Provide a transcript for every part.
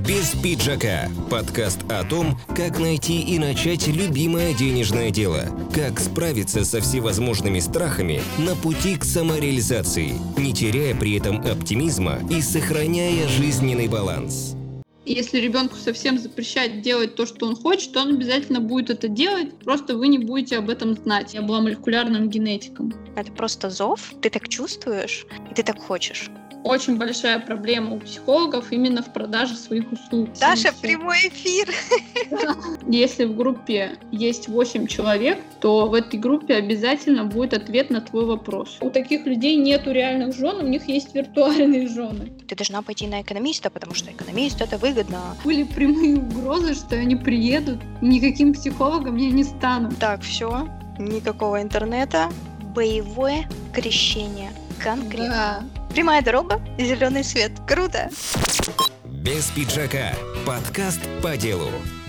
Без пиджака. Подкаст о том, как найти и начать любимое денежное дело. Как справиться со всевозможными страхами на пути к самореализации, не теряя при этом оптимизма и сохраняя жизненный баланс. Если ребенку совсем запрещать делать то, что он хочет, то он обязательно будет это делать, просто вы не будете об этом знать. Я была молекулярным генетиком. Это просто зов, ты так чувствуешь, и ты так хочешь. Очень большая проблема у психологов именно в продаже своих услуг. Даша, прямой эфир! Если в группе есть 8 человек, то в этой группе обязательно будет ответ на твой вопрос. У таких людей нету реальных жен, у них есть виртуальные жены. Ты должна пойти на экономиста, потому что экономист — это выгодно. Были прямые угрозы, что они приедут, никаким психологом я не стану. Так, все, никакого интернета, боевое крещение. Конкретно. Да. Прямая дорога, зеленый свет. Круто! Без пиджака. Подкаст по делу.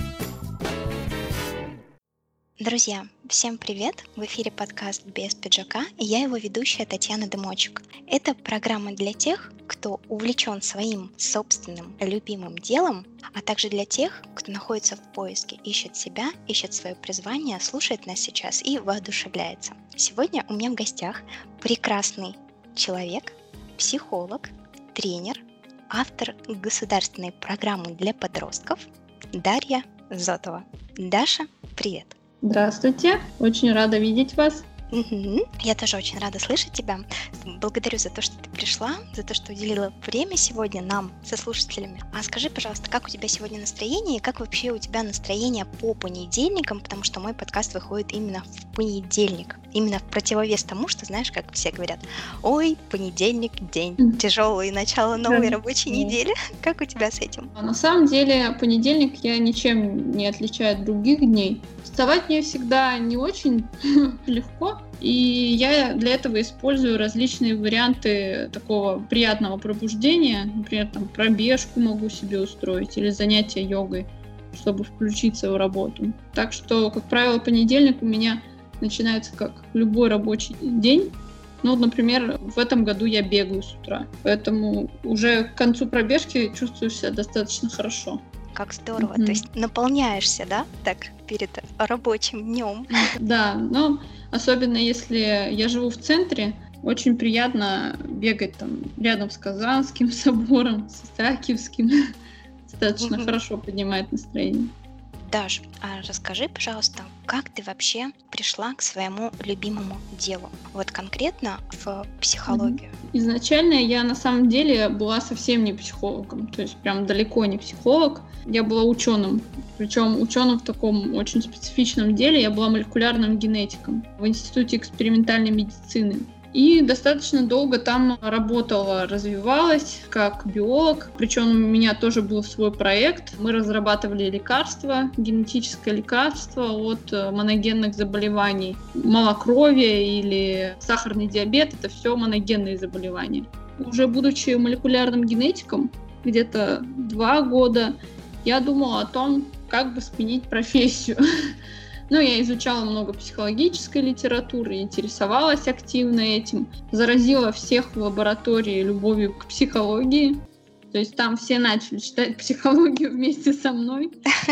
Друзья, всем привет! В эфире подкаст «Без пиджака» и я его ведущая Татьяна Дымочек. Это программа для тех, кто увлечен своим собственным любимым делом, а также для тех, кто находится в поиске, ищет себя, ищет свое призвание, слушает нас сейчас и воодушевляется. Сегодня у меня в гостях прекрасный человек, психолог, тренер, автор государственной программы для подростков Дарья Зотова. Даша, привет! Здравствуйте, очень рада видеть вас. Я тоже очень рада слышать тебя. Благодарю за то, что ты пришла, за то, что уделила время сегодня нам, со слушателями. А скажи, пожалуйста, как у тебя сегодня настроение и как вообще у тебя настроение по понедельникам, потому что мой подкаст выходит именно в понедельник. Именно в противовес тому, что, знаешь, как все говорят, ой, понедельник, день тяжелый, начало новой рабочей недели. Как у тебя с этим? На самом деле, понедельник я ничем не отличаю от других дней. Вставать мне всегда не очень легко, и я для этого использую различные варианты такого приятного пробуждения. Например, там пробежку могу себе устроить или занятия йогой, чтобы включиться в работу. Так что, как правило, понедельник у меня начинается как любой рабочий день. Ну, вот, например, в этом году я бегаю с утра, поэтому уже к концу пробежки чувствую себя достаточно хорошо. Как здорово, то есть наполняешься, да, так, перед рабочим днем. Да, но особенно если я живу в центре, очень приятно бегать там рядом с Казанским собором, с Исаакиевским. Достаточно хорошо поднимает настроение. Даш, а расскажи, пожалуйста, как ты вообще пришла к своему любимому делу? Вот конкретно в психологию. Изначально я на самом деле была совсем не психологом, то есть прям далеко не психолог. Я была ученым, причем ученым в таком очень специфичном деле. Я была молекулярным генетиком в Институте экспериментальной медицины. И достаточно долго там работала, развивалась как биолог. Причем у меня тоже был свой проект. Мы разрабатывали лекарства, генетическое лекарство от моногенных заболеваний. Малокровие или сахарный диабет — это все моногенные заболевания. Уже будучи молекулярным генетиком, где-то 2 года, я думала о том, как бы сменить профессию. Ну, я изучала много психологической литературы, интересовалась активно этим, заразила всех в лаборатории любовью к психологии. То есть там все начали читать психологию вместе со мной.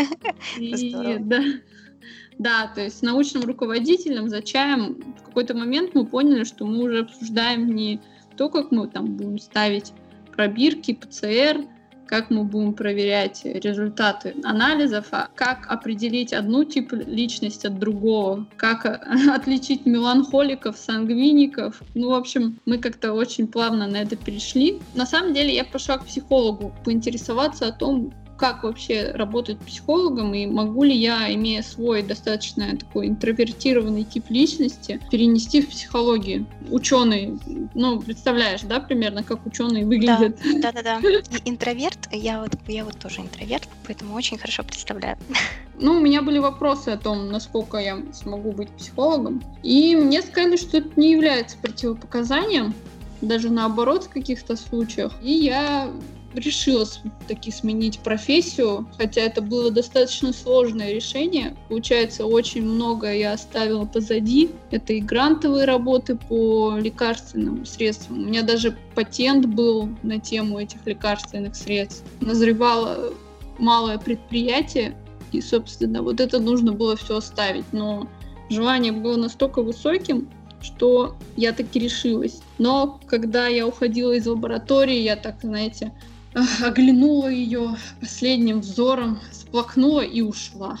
Да, то есть с научным руководителем за чаем в какой-то момент мы поняли, что мы уже обсуждаем не то, как мы там будем ставить пробирки, ПЦР, как мы будем проверять результаты анализов, а как определить одну тип личности от другого, как отличить меланхоликов, сангвиников. Ну, в общем, мы как-то очень плавно на это перешли. На самом деле я пошла к психологу поинтересоваться о том, как вообще работать психологом, и могу ли я, имея свой достаточно такой интровертированный тип личности, перенести в психологию. Ученый, ну, представляешь, да, примерно, как ученые выглядят? Да. И интроверт, я вот тоже интроверт, поэтому очень хорошо представляю. Ну, у меня были вопросы о том, насколько я смогу быть психологом, и мне сказали, что это не является противопоказанием, даже наоборот в каких-то случаях, и я решила таки сменить профессию, хотя это было достаточно сложное решение. Получается, очень много я оставила позади. Это и грантовые работы по лекарственным средствам. У меня даже патент был на тему этих лекарственных средств. Назревала малое предприятие, и, собственно, вот это нужно было все оставить. Но желание было настолько высоким, что я таки решилась. Но когда я уходила из лаборатории, я так, знаете, оглянула ее последним взором, сплакнула и ушла.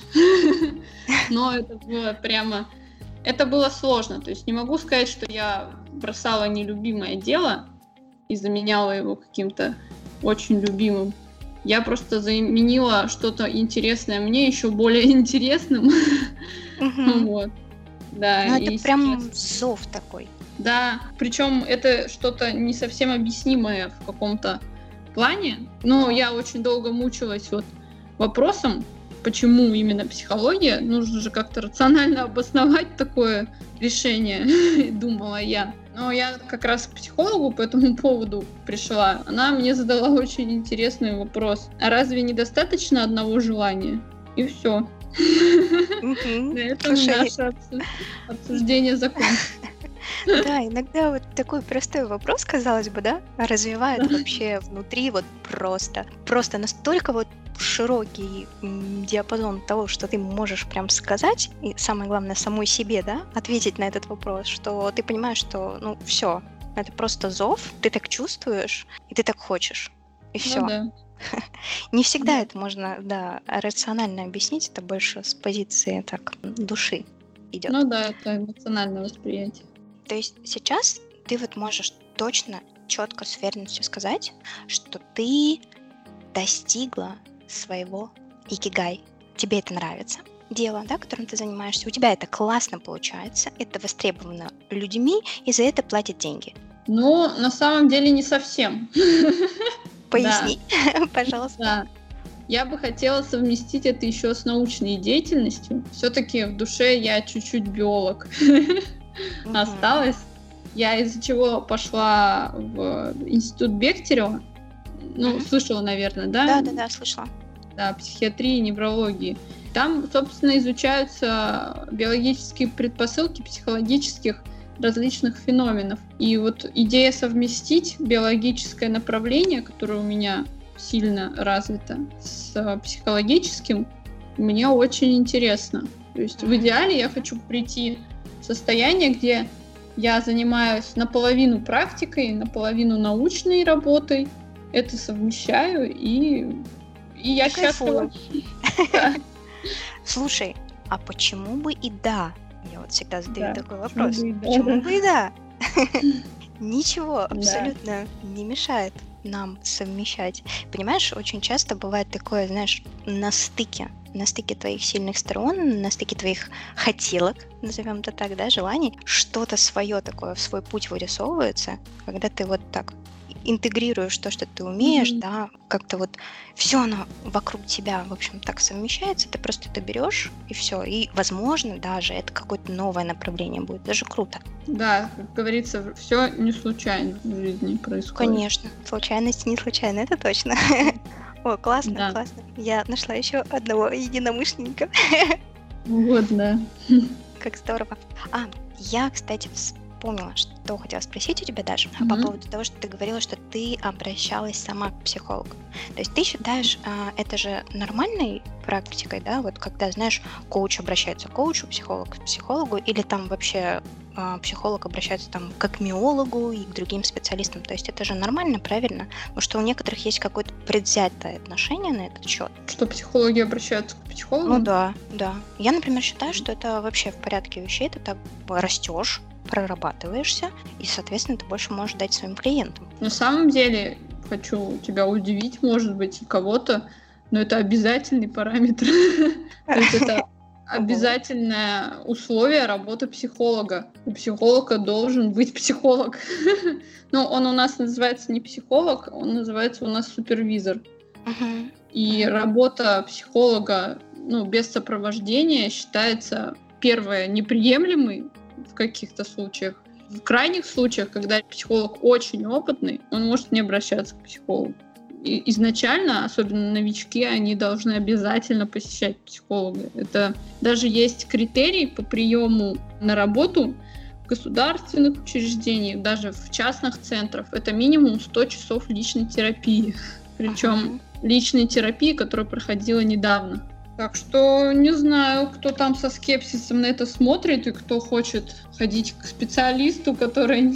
Но это было прямо... Это было сложно. То есть не могу сказать, что я бросала нелюбимое дело и заменяла его каким-то очень любимым. Я просто заменила что-то интересное мне еще более интересным. Вот. Да, ну, это прям зов такой. Да, причем это что-то не совсем объяснимое в каком-то плане. Но я очень долго мучилась вот вопросом, почему именно психология. Нужно же как-то рационально обосновать такое решение, думала я. Но я как раз к психологу по этому поводу пришла. Она мне задала очень интересный вопрос. А разве недостаточно одного желания? И все. На этом наше обсуждение закончилось. Да, иногда вот такой простой вопрос, казалось бы, да, развивает вообще внутри вот просто настолько вот широкий диапазон того, что ты можешь прям сказать, и самое главное, самой себе, да, ответить на этот вопрос, что ты понимаешь, что, ну, все, это просто зов, ты так чувствуешь, и ты так хочешь, и все. Ну, да. Не всегда это можно, да, рационально объяснить, это больше с позиции так души идет. Ну да, это эмоциональное восприятие. То есть сейчас ты вот можешь точно, четко, с уверенностью сказать, что ты достигла своего икигай. Тебе это нравится, дело, да, которым ты занимаешься, у тебя это классно получается, это востребовано людьми, и за это платят деньги. Ну, на самом деле не совсем. Поясни, пожалуйста. Да. Я бы хотела совместить это еще с научной деятельностью. Все-таки в душе я чуть-чуть биолог осталась. Я из-за чего пошла в институт Бехтерева. Ну, слышала, наверное, да? Да, слышала. Да, психиатрии, неврологии. Там, собственно, изучаются биологические предпосылки психологических различных феноменов. И вот идея совместить биологическое направление, которое у меня сильно развито, с психологическим, мне очень интересно. То есть в идеале я хочу прийти в состояние, где я занимаюсь наполовину практикой, наполовину научной работой, это совмещаю, и я счастлива. Слушай, а почему бы и да? Я вот всегда задаю такой вопрос. Почему бы и да? Ничего абсолютно не мешает нам совмещать. Понимаешь, очень часто бывает такое, знаешь, на стыке твоих сильных сторон, на стыке твоих хотелок, назовем это так, да, желаний, что-то свое такое в свой путь вырисовывается, когда ты вот так интегрируешь то, что ты умеешь, да, как-то вот все оно вокруг тебя, в общем, так совмещается, ты просто это берешь, и все. И, возможно, даже это какое-то новое направление будет, даже круто. Да, как говорится, все не случайно в жизни происходит. Конечно, случайность не случайно, это точно. О, классно, классно. Я нашла еще одного единомышленника. Вот, да. Как здорово. Я, кстати, вспомнила, что хотела спросить у тебя даже по поводу того, что ты говорила, что ты обращалась сама к психологу. То есть ты считаешь это же нормальной практикой, да, вот когда, знаешь, коуч обращается к коучу, психолог к психологу, или там вообще психолог обращается там как к миологу и к другим специалистам. То есть это же нормально, правильно? Потому что у некоторых есть какое-то предвзятое отношение на этот счет. Что психологи обращаются к психологу? Ну да. Я, например, считаю, что это вообще в порядке вещей, ты так растешь, прорабатываешься, и, соответственно, ты больше можешь дать своим клиентам. На самом деле, хочу тебя удивить, может быть, и кого-то, но это обязательный параметр. То есть это обязательное условие работы психолога. У психолога должен быть психолог. Но он у нас называется не психолог, он называется у нас супервизор. И работа психолога, без сопровождения считается, первое, неприемлемой в каких-то случаях. В крайних случаях, когда психолог очень опытный, он может не обращаться к психологу. И изначально, особенно новички, они должны обязательно посещать психолога. Это даже есть критерий по приему на работу в государственных учреждениях, даже в частных центрах. Это минимум 100 часов личной терапии. Причем личной терапии, которую проходила недавно. Так что не знаю, кто там со скепсисом на это смотрит и кто хочет ходить к специалисту, который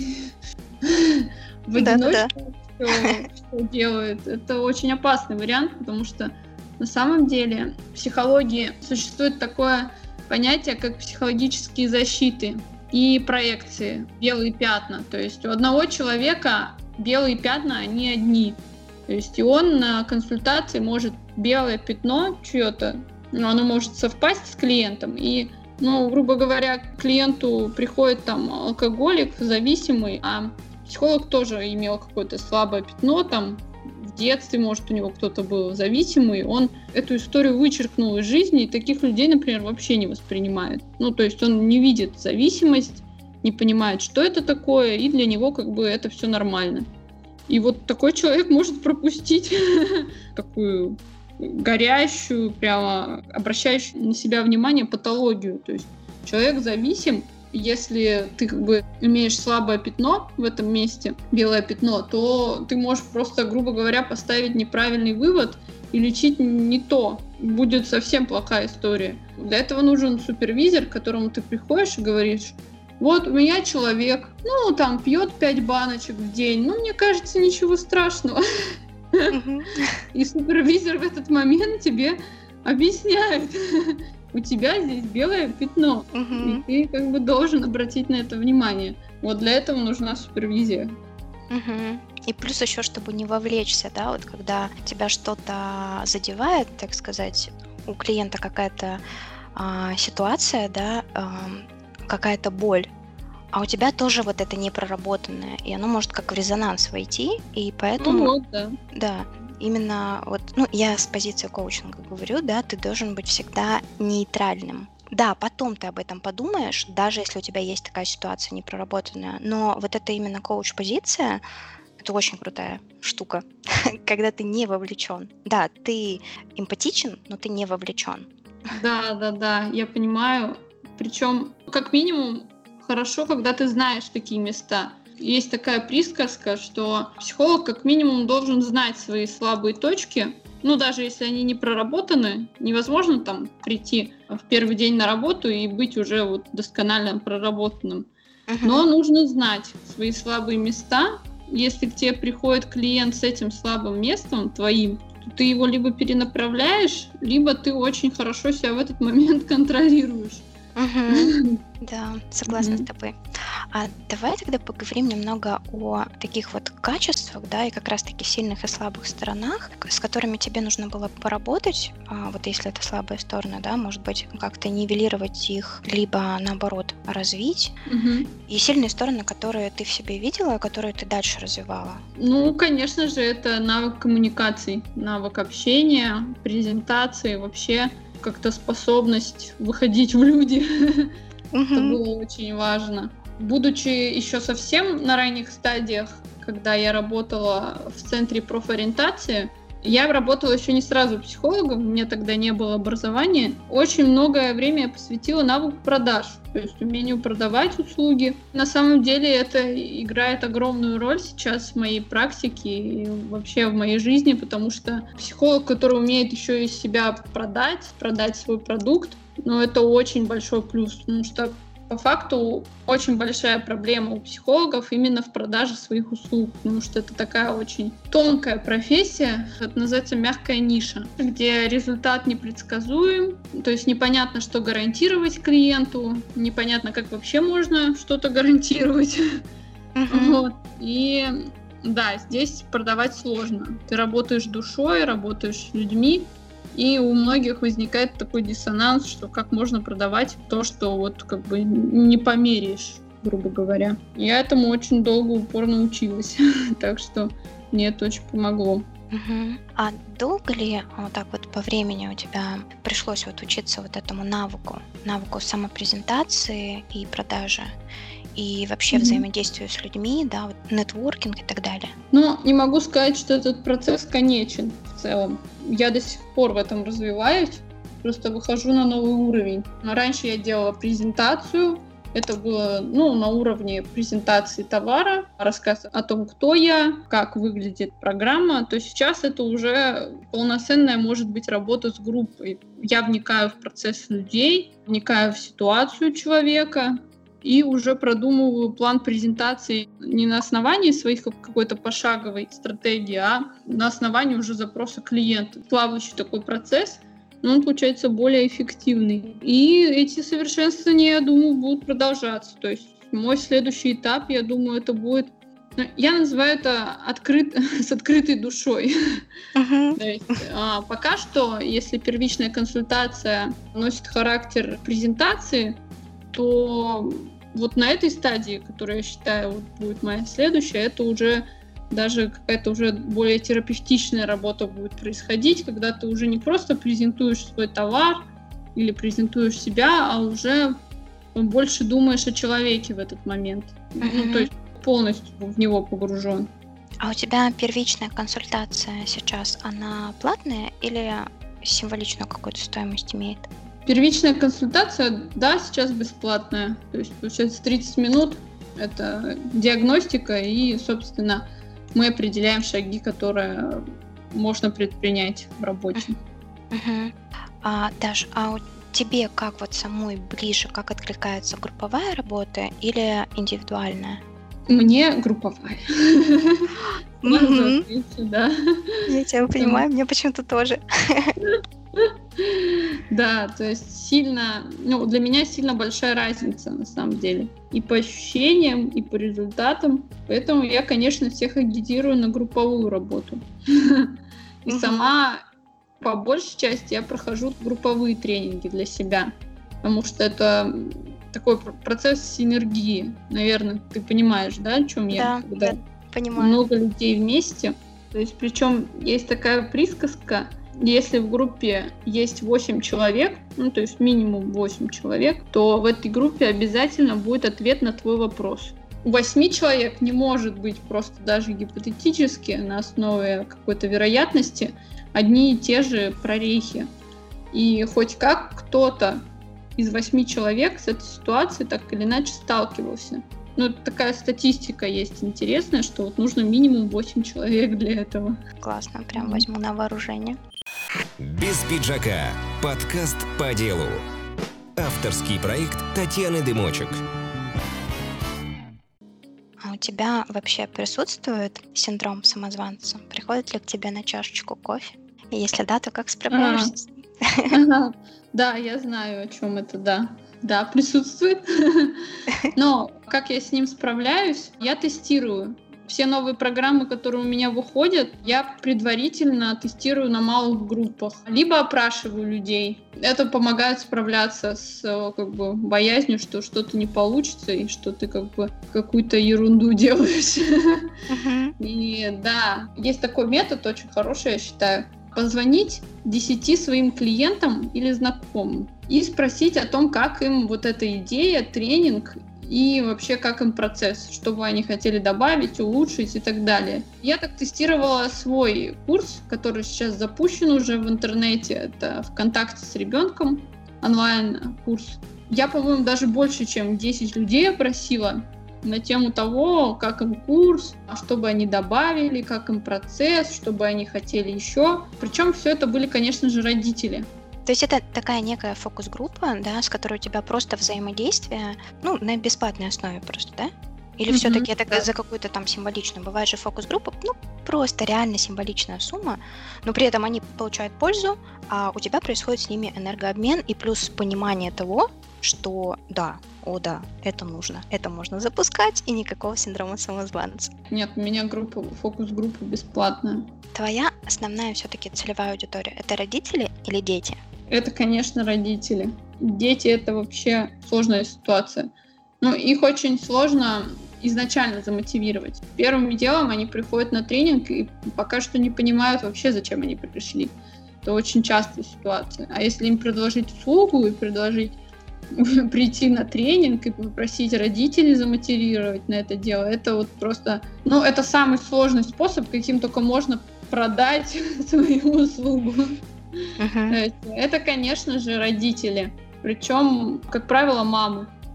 в одиночку все делает. Это очень опасный вариант, потому что на самом деле в психологии существует такое понятие, как психологические защиты и проекции, белые пятна. То есть у одного человека белые пятна, они одни. То есть и он на консультации может белое пятно чье-то, оно может совпасть с клиентом, и, грубо говоря, к клиенту приходит там алкоголик, зависимый, а психолог тоже имел какое-то слабое пятно, там в детстве, может, у него кто-то был зависимый, он эту историю вычеркнул из жизни, и таких людей, например, вообще не воспринимает. То есть он не видит зависимость, не понимает, что это такое, и для него как бы это все нормально. И вот такой человек может пропустить такую горящую, прямо обращающую на себя внимание патологию. То есть человек зависим, если ты как бы имеешь слабое пятно в этом месте, белое пятно, то ты можешь просто, грубо говоря, поставить неправильный вывод и лечить не то. Будет совсем плохая история. Для этого нужен супервизор, к которому ты приходишь и говоришь: вот у меня человек, там пьет 5 баночек в день, мне кажется, ничего страшного. И супервизор в этот момент тебе объясняет: у тебя здесь белое пятно, и ты как бы должен обратить на это внимание. Вот для этого нужна супервизия. И плюс еще, чтобы не вовлечься, да, вот когда тебя что-то задевает, так сказать, у клиента какая-то ситуация, да, какая-то боль, а у тебя тоже вот это непроработанное, и оно может как в резонанс войти, и поэтому... Да, именно вот, я с позиции коучинга говорю, да, ты должен быть всегда нейтральным. Да, потом ты об этом подумаешь, даже если у тебя есть такая ситуация непроработанная, но вот это именно коуч-позиция, это очень крутая штука, когда ты не вовлечен. Да, ты эмпатичен, но ты не вовлечен. Да, я понимаю. Причем, как минимум, хорошо, когда ты знаешь такие места. Есть такая присказка, что психолог как минимум должен знать свои слабые точки. Даже если они не проработаны, невозможно там прийти в первый день на работу и быть уже вот досконально проработанным. Но нужно знать свои слабые места. Если к тебе приходит клиент с этим слабым местом твоим, то ты его либо перенаправляешь, либо ты очень хорошо себя в этот момент контролируешь. Да, согласна с тобой. А давай тогда поговорим немного о таких вот качествах, да, и как раз-таки сильных и слабых сторонах, с которыми тебе нужно было поработать, вот если это слабые стороны, да, может быть, как-то нивелировать их, либо наоборот развить, и сильные стороны, которые ты в себе видела, которые ты дальше развивала. Конечно же, это навык коммуникаций, навык общения, презентации, вообще как-то способность выходить в люди. Это было очень важно. Будучи еще совсем на ранних стадиях, когда я работала в центре профориентации, я работала еще не сразу психологом, у меня тогда не было образования. Очень многое время я посвятила навыку продаж, то есть умению продавать услуги. На самом деле это играет огромную роль сейчас в моей практике и вообще в моей жизни, потому что психолог, который умеет еще и себя продать свой продукт, это очень большой плюс, потому что по факту очень большая проблема у психологов именно в продаже своих услуг, потому что это такая очень тонкая профессия, это называется мягкая ниша, где результат непредсказуем, то есть непонятно, что гарантировать клиенту, непонятно, как вообще можно что-то гарантировать. И да, здесь продавать сложно. Ты работаешь душой, работаешь с людьми, и у многих возникает такой диссонанс, что как можно продавать то, что вот как бы не померяешь, грубо говоря. Я этому очень долго упорно училась, так что мне это очень помогло. А долго ли вот так вот по времени у тебя пришлось вот учиться вот этому навыку самопрезентации и продажи? И вообще взаимодействию с людьми, да, вот нетворкинг и так далее. Не могу сказать, что этот процесс конечен в целом. Я до сих пор в этом развиваюсь, просто выхожу на новый уровень. Раньше я делала презентацию, Это было, на уровне презентации товара, рассказ о том, кто я, как выглядит программа. То сейчас это уже полноценная, может быть, работа с группой. Я вникаю в процесс людей, вникаю в ситуацию человека и уже продумываю план презентации не на основании своих какой-то пошаговой стратегии, а на основании уже запроса клиента. Плавающий такой процесс, но он получается более эффективный. И эти совершенствования, я думаю, будут продолжаться. То есть мой следующий этап, я думаю, это будет... Я называю это с открытой душой. То есть, пока что, если первичная консультация носит характер презентации, то вот на этой стадии, которая, я считаю, будет моя следующая, это уже даже какая-то уже более терапевтичная работа будет происходить, когда ты уже не просто презентуешь свой товар или презентуешь себя, а уже больше думаешь о человеке в этот момент. То есть полностью в него погружен. А у тебя первичная консультация сейчас, она платная или символичную какую-то стоимость имеет? Первичная консультация, да, сейчас бесплатная. То есть, получается, 30 минут — это диагностика, и, собственно, мы определяем шаги, которые можно предпринять в работе. Даш, а тебе как вот самой ближе, как откликается групповая работа или индивидуальная? Мне групповая. Да. Я тебя понимаю, мне почему-то тоже. Да, то есть для меня сильно большая разница на самом деле. И по ощущениям, и по результатам. Поэтому я, конечно, всех агитирую на групповую работу. И сама, по большей части, я прохожу групповые тренинги для себя. Потому что это такой процесс синергии. Наверное, ты понимаешь, да, о чем я? Да, понимаю. Много людей вместе. То есть, причем есть такая присказка: если в группе есть 8 человек, то есть минимум 8 человек, то в этой группе обязательно будет ответ на твой вопрос. У 8 человек не может быть просто даже гипотетически на основе какой-то вероятности одни и те же прорехи. И хоть как кто-то из 8 человек с этой ситуацией так или иначе сталкивался. Такая статистика есть интересная, что вот нужно минимум 8 человек для этого. Классно, прям возьму на вооружение. Без пиджака. Подкаст по делу. Авторский проект Татьяны Дымочек. А у тебя вообще присутствует синдром самозванца? Приходит ли к тебе на чашечку кофе? И если да, то как справляешься? Да, я знаю, о чем это, да. Да, присутствует. Но как я с ним справляюсь? Я тестирую. Все новые программы, которые у меня выходят, я предварительно тестирую на малых группах. Либо опрашиваю людей. Это помогает справляться с боязнью, что что-то не получится и что ты какую-то ерунду делаешь. И да, есть такой метод, очень хороший, я считаю. Позвонить 10 своим клиентам или знакомым и спросить о том, как им вот эта идея, тренинг и вообще как им процесс, что бы они хотели добавить, улучшить и так далее. Я так тестировала свой курс, который сейчас запущен уже в интернете. Это «ВКонтакте с ребенком», онлайн-курс. Я, по-моему, даже больше, чем 10 людей опросила на тему того, как им курс, что бы они добавили, как им процесс, что бы они хотели еще. Причем все это были, конечно же, родители. То есть это такая некая фокус-группа, да, с которой у тебя просто взаимодействие, на бесплатной основе просто, да? Или все-таки это за какую-то там символичную? Бывает же фокус-группа, просто реально символичная сумма, но при этом они получают пользу, а у тебя происходит с ними энергообмен и плюс понимание того, что да, это нужно, это можно запускать, и никакого синдрома самозванца. Нет, у меня фокус-группа бесплатная. Твоя основная все-таки целевая аудитория — это родители или дети? Это, конечно, родители. Дети — это вообще сложная ситуация. Их очень сложно изначально замотивировать. Первым делом они приходят на тренинг и пока что не понимают вообще, зачем они пришли. Это очень частая ситуация. А если им предложить услугу и предложить прийти на тренинг и попросить родителей замотивировать на это дело, это вот просто... это самый сложный способ, каким только можно продать свою услугу. Это, конечно же, родители. Причем, как правило, мамы.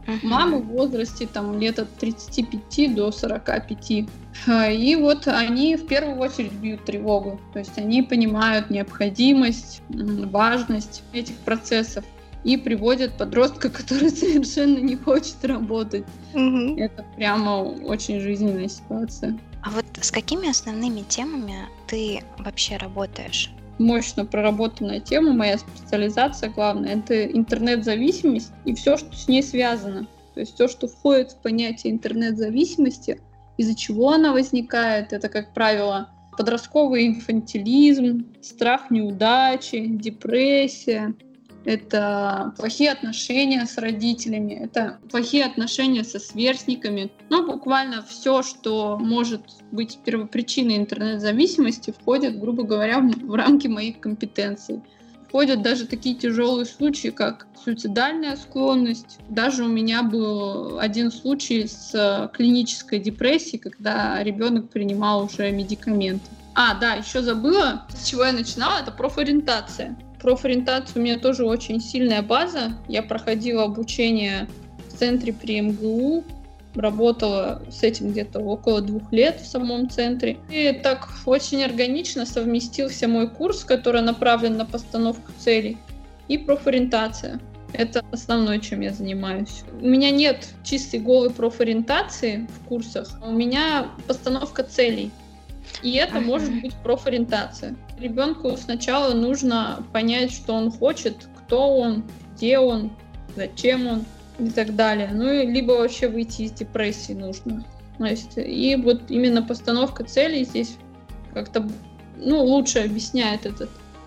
Мамы в возрасте там лет от 35 до 45. И вот они в первую очередь бьют тревогу. То есть они понимают необходимость, важность этих процессов и приводят подростка, который совершенно не хочет работать. Это прямо очень жизненная ситуация. А вот с какими основными темами ты вообще работаешь? Мощно проработанная тема, моя специализация главная, это интернет-зависимость и все, что с ней связано. То есть все, что входит в понятие интернет-зависимости, из-за чего она возникает, это, как правило, подростковый инфантилизм, страх неудачи, депрессия, это плохие отношения с родителями, это плохие отношения со сверстниками. Буквально все, что может быть первопричиной интернет-зависимости, входит, грубо говоря, в рамки моих компетенций. Входят даже такие тяжелые случаи, как суицидальная склонность. Даже у меня был один случай с клинической депрессией, когда ребенок принимал уже медикаменты. Еще забыла, с чего я начинала, это профориентация. Профориентация у меня тоже очень сильная база. Я проходила обучение в центре при МГУ, работала с этим где-то около 2 лет в самом центре. И так очень органично совместился мой курс, который направлен на постановку целей, и профориентация. Это основное, чем я занимаюсь. У меня нет чистой голой профориентации в курсах, у меня постановка целей. И это может быть профориентация. Ребенку сначала нужно понять, что он хочет, кто он, где он, зачем он и так далее. Либо вообще выйти из депрессии нужно. И вот именно постановка целей здесь как-то лучше объясняет этот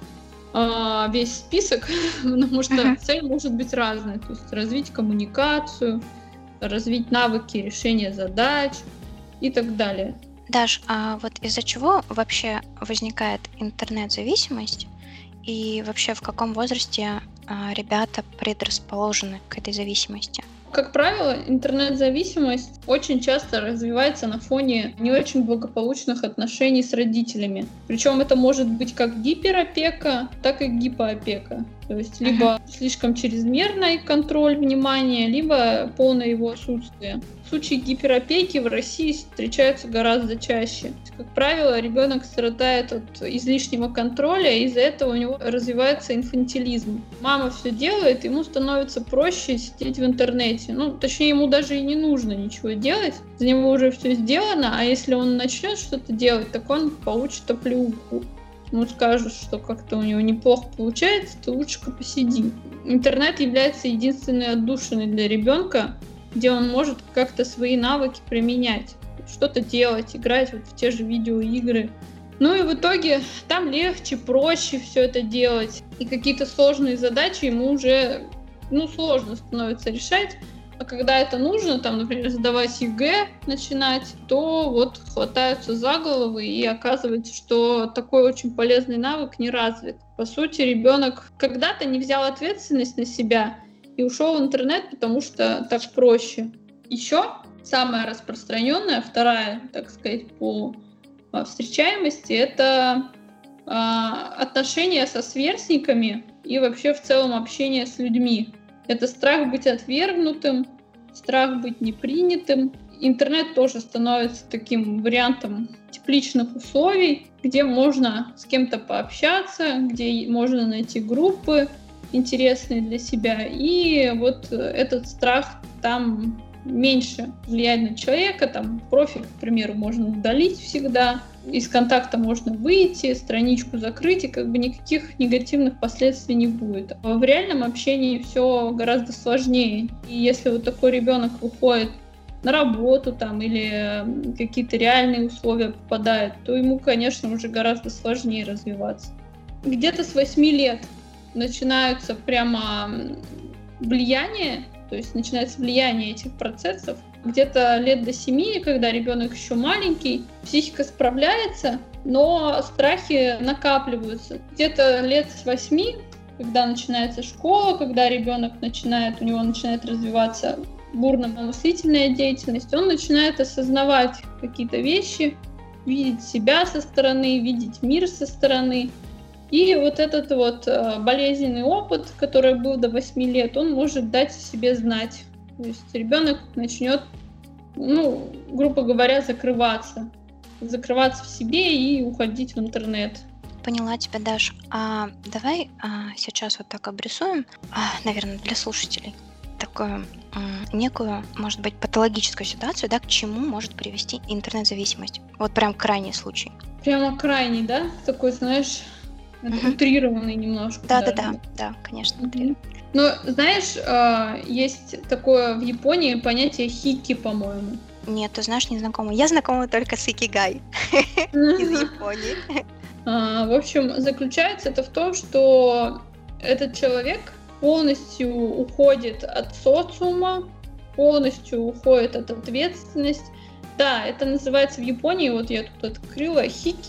весь список, потому что цель может быть разной. То есть развить коммуникацию, развить навыки решения задач и так далее. Даш, а вот из-за чего вообще возникает интернет-зависимость и вообще в каком возрасте ребята предрасположены к этой зависимости? Как правило, интернет-зависимость очень часто развивается на фоне не очень благополучных отношений с родителями. Причем это может быть как гиперопека, так и гипоопека. То есть либо слишком чрезмерный контроль внимания, либо полное его отсутствие. Случаи гиперопеки в России встречаются гораздо чаще. Как правило, ребенок страдает от излишнего контроля, и из-за этого у него развивается инфантилизм. Мама все делает, ему становится проще сидеть в интернете. Точнее, ему даже и не нужно ничего делать, за него уже все сделано, а если он начнет что-то делать, так он получит оплеуху. Скажут, что как-то у него неплохо получается, то лучше-ка посиди. Интернет является единственной отдушиной для ребенка, где он может как-то свои навыки применять, что-то делать, играть в те же видеоигры. И в итоге там легче, проще все это делать. И какие-то сложные задачи ему уже сложно становится решать. А когда это нужно, например, сдавать ЕГЭ начинать, то хватаются за головы, и оказывается, что такой очень полезный навык не развит. По сути, ребенок когда-то не взял ответственность на себя и ушел в интернет, потому что так проще. Еще самая распространенная, вторая, так сказать, по встречаемости, это отношения со сверстниками и вообще в целом общение с людьми. Это страх быть отвергнутым, страх быть непринятым. Интернет тоже становится таким вариантом тепличных условий, где можно с кем-то пообщаться, где можно найти группы интересные для себя. И этот страх там меньше влияет на человека. Профиль, к примеру, можно удалить всегда. Из контакта можно выйти, страничку закрыть, и никаких негативных последствий не будет. В реальном общении все гораздо сложнее. И если такой ребенок выходит на работу или какие-то реальные условия попадает, то ему, конечно, уже гораздо сложнее развиваться. Где-то с 8 лет начинаются прямо влияние, то есть начинается влияние этих процессов. Где-то лет до 7, когда ребенок еще маленький, психика справляется, но страхи накапливаются. Где-то лет с 8, когда начинается школа, когда ребенок у него начинает развиваться бурная мыслительная деятельность, он начинает осознавать какие-то вещи, видеть себя со стороны, видеть мир со стороны. И этот болезненный опыт, который был до 8 лет, он может дать о себе знать. То есть ребенок начнет, грубо говоря, закрываться в себе и уходить в интернет. Поняла тебя, Даш. Давай сейчас вот так обрисуем, наверное, для слушателей такую некую, может быть, патологическую ситуацию, да, к чему может привести интернет-зависимость. Вот прям крайний случай. Прямо крайний, да? Такой, знаешь, утрированный немножко. Да, конечно. Но, знаешь, есть такое в Японии понятие хики, по-моему. Нет, ты знаешь, не знакома. Я знакома только с икигай из Японии. В общем, заключается это в том, что этот человек полностью уходит от социума, полностью уходит от ответственности. Да, это называется в Японии, вот я тут открыла,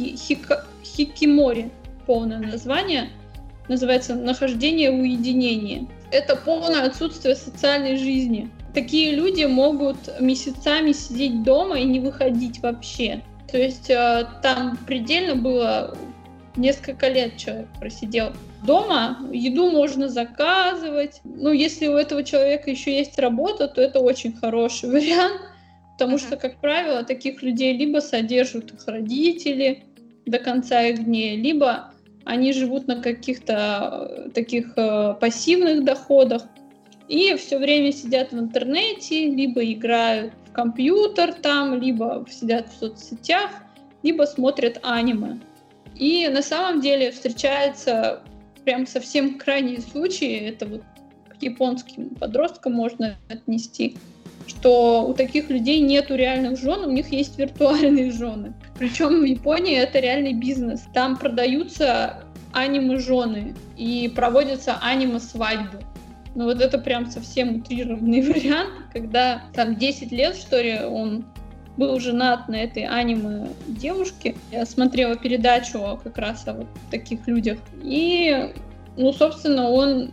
хикимори, полное название, называется «Нахождение в уединении». Это полное отсутствие социальной жизни. Такие люди могут месяцами сидеть дома и не выходить вообще. То есть там предельно было несколько лет человек просидел дома, еду можно заказывать. Если у этого человека еще есть работа, то это очень хороший вариант, потому что, как правило, таких людей либо содержат их родители до конца их дней, либо они живут на каких-то таких пассивных доходах и все время сидят в интернете, либо играют в компьютер там, либо сидят в соцсетях, либо смотрят аниме. И на самом деле встречаются прям совсем крайние случаи, это вот к японским подросткам можно отнести, что у таких людей нету реальных жен, у них есть виртуальные жены. Причем в Японии это реальный бизнес. Там продаются аниме-жены и проводятся аниме-свадьбы. Вот это прям совсем утрированный вариант, когда там 10 лет, что ли, он был женат на этой аниме-девушке. Я смотрела передачу как раз о вот таких людях. И, собственно, он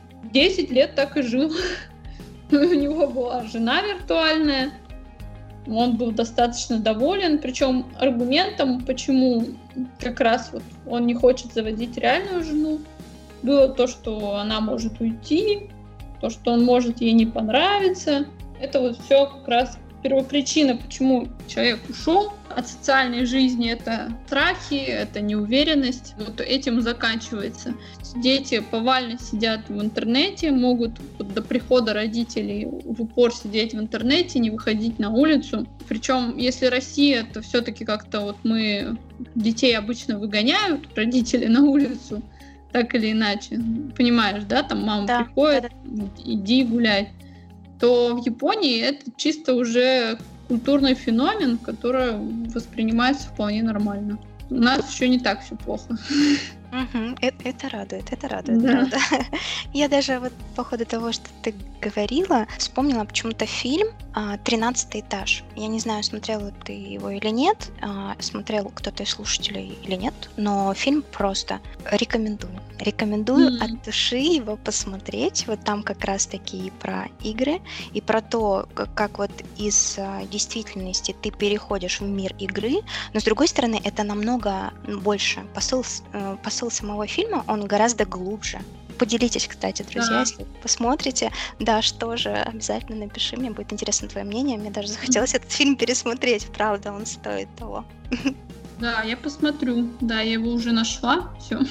10 лет так и жил. У него была жена виртуальная. Он был достаточно доволен. Причем аргументом, почему как раз вот он не хочет заводить реальную жену, было то, что она может уйти, то, что он может ей не понравиться. Это вот все как раз первопричина, почему человек ушел от социальной жизни, это страхи, это неуверенность. Вот этим заканчивается. Дети повально сидят в интернете, могут до прихода родителей в упор сидеть в интернете, не выходить на улицу. Причем, если Россия, то все-таки как-то вот мы детей обычно выгоняют, родители, на улицу, так или иначе. Понимаешь, да? Там мама приходит, иди гулять. То в Японии это чисто уже культурный феномен, который воспринимается вполне нормально. У нас еще не так все плохо. Это радует, правда. Я даже вот по ходу того, что ты говорила, вспомнила почему-то фильм «13 этаж». Я не знаю, смотрела ты его или нет, смотрел кто-то из слушателей или нет, но фильм просто рекомендую. Рекомендую от души его посмотреть. Вот там как раз-таки и про игры, и про то, как вот из действительности ты переходишь в мир игры, но с другой стороны, это намного больше. Посыл самого фильма, он гораздо глубже. Поделитесь, кстати, друзья, если посмотрите. Да, что же, обязательно напиши, мне будет интересно твое мнение. Мне даже захотелось этот фильм пересмотреть, правда, он стоит того. Да, я посмотрю. Да, я его уже нашла. Все.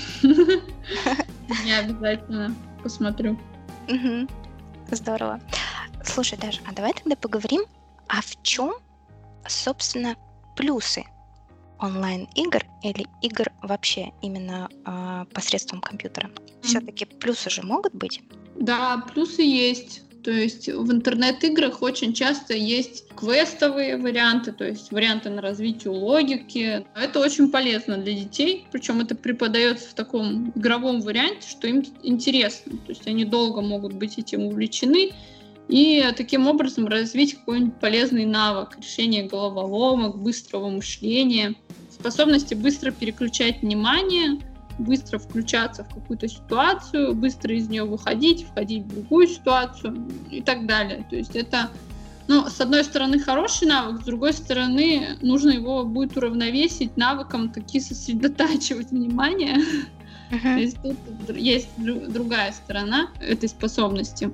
Я обязательно посмотрю. Здорово. Слушай, Даша, а давай тогда поговорим, а в чем, собственно, плюсы онлайн-игр или игр вообще именно посредством компьютера? Все-таки плюсы же могут быть? Да, плюсы есть. То есть в интернет-играх очень часто есть квестовые варианты, то есть варианты на развитие логики. Это очень полезно для детей, причем это преподается в таком игровом варианте, что им интересно. То есть они долго могут быть этим увлечены и таким образом развить какой-нибудь полезный навык решения головоломок, быстрого мышления, способности быстро переключать внимание, быстро включаться в какую-то ситуацию, быстро из нее выходить, входить в другую ситуацию и так далее. То есть это, с одной стороны, хороший навык, с другой стороны, нужно его будет уравновесить навыком таки сосредотачивать внимание. То есть тут есть другая сторона этой способности.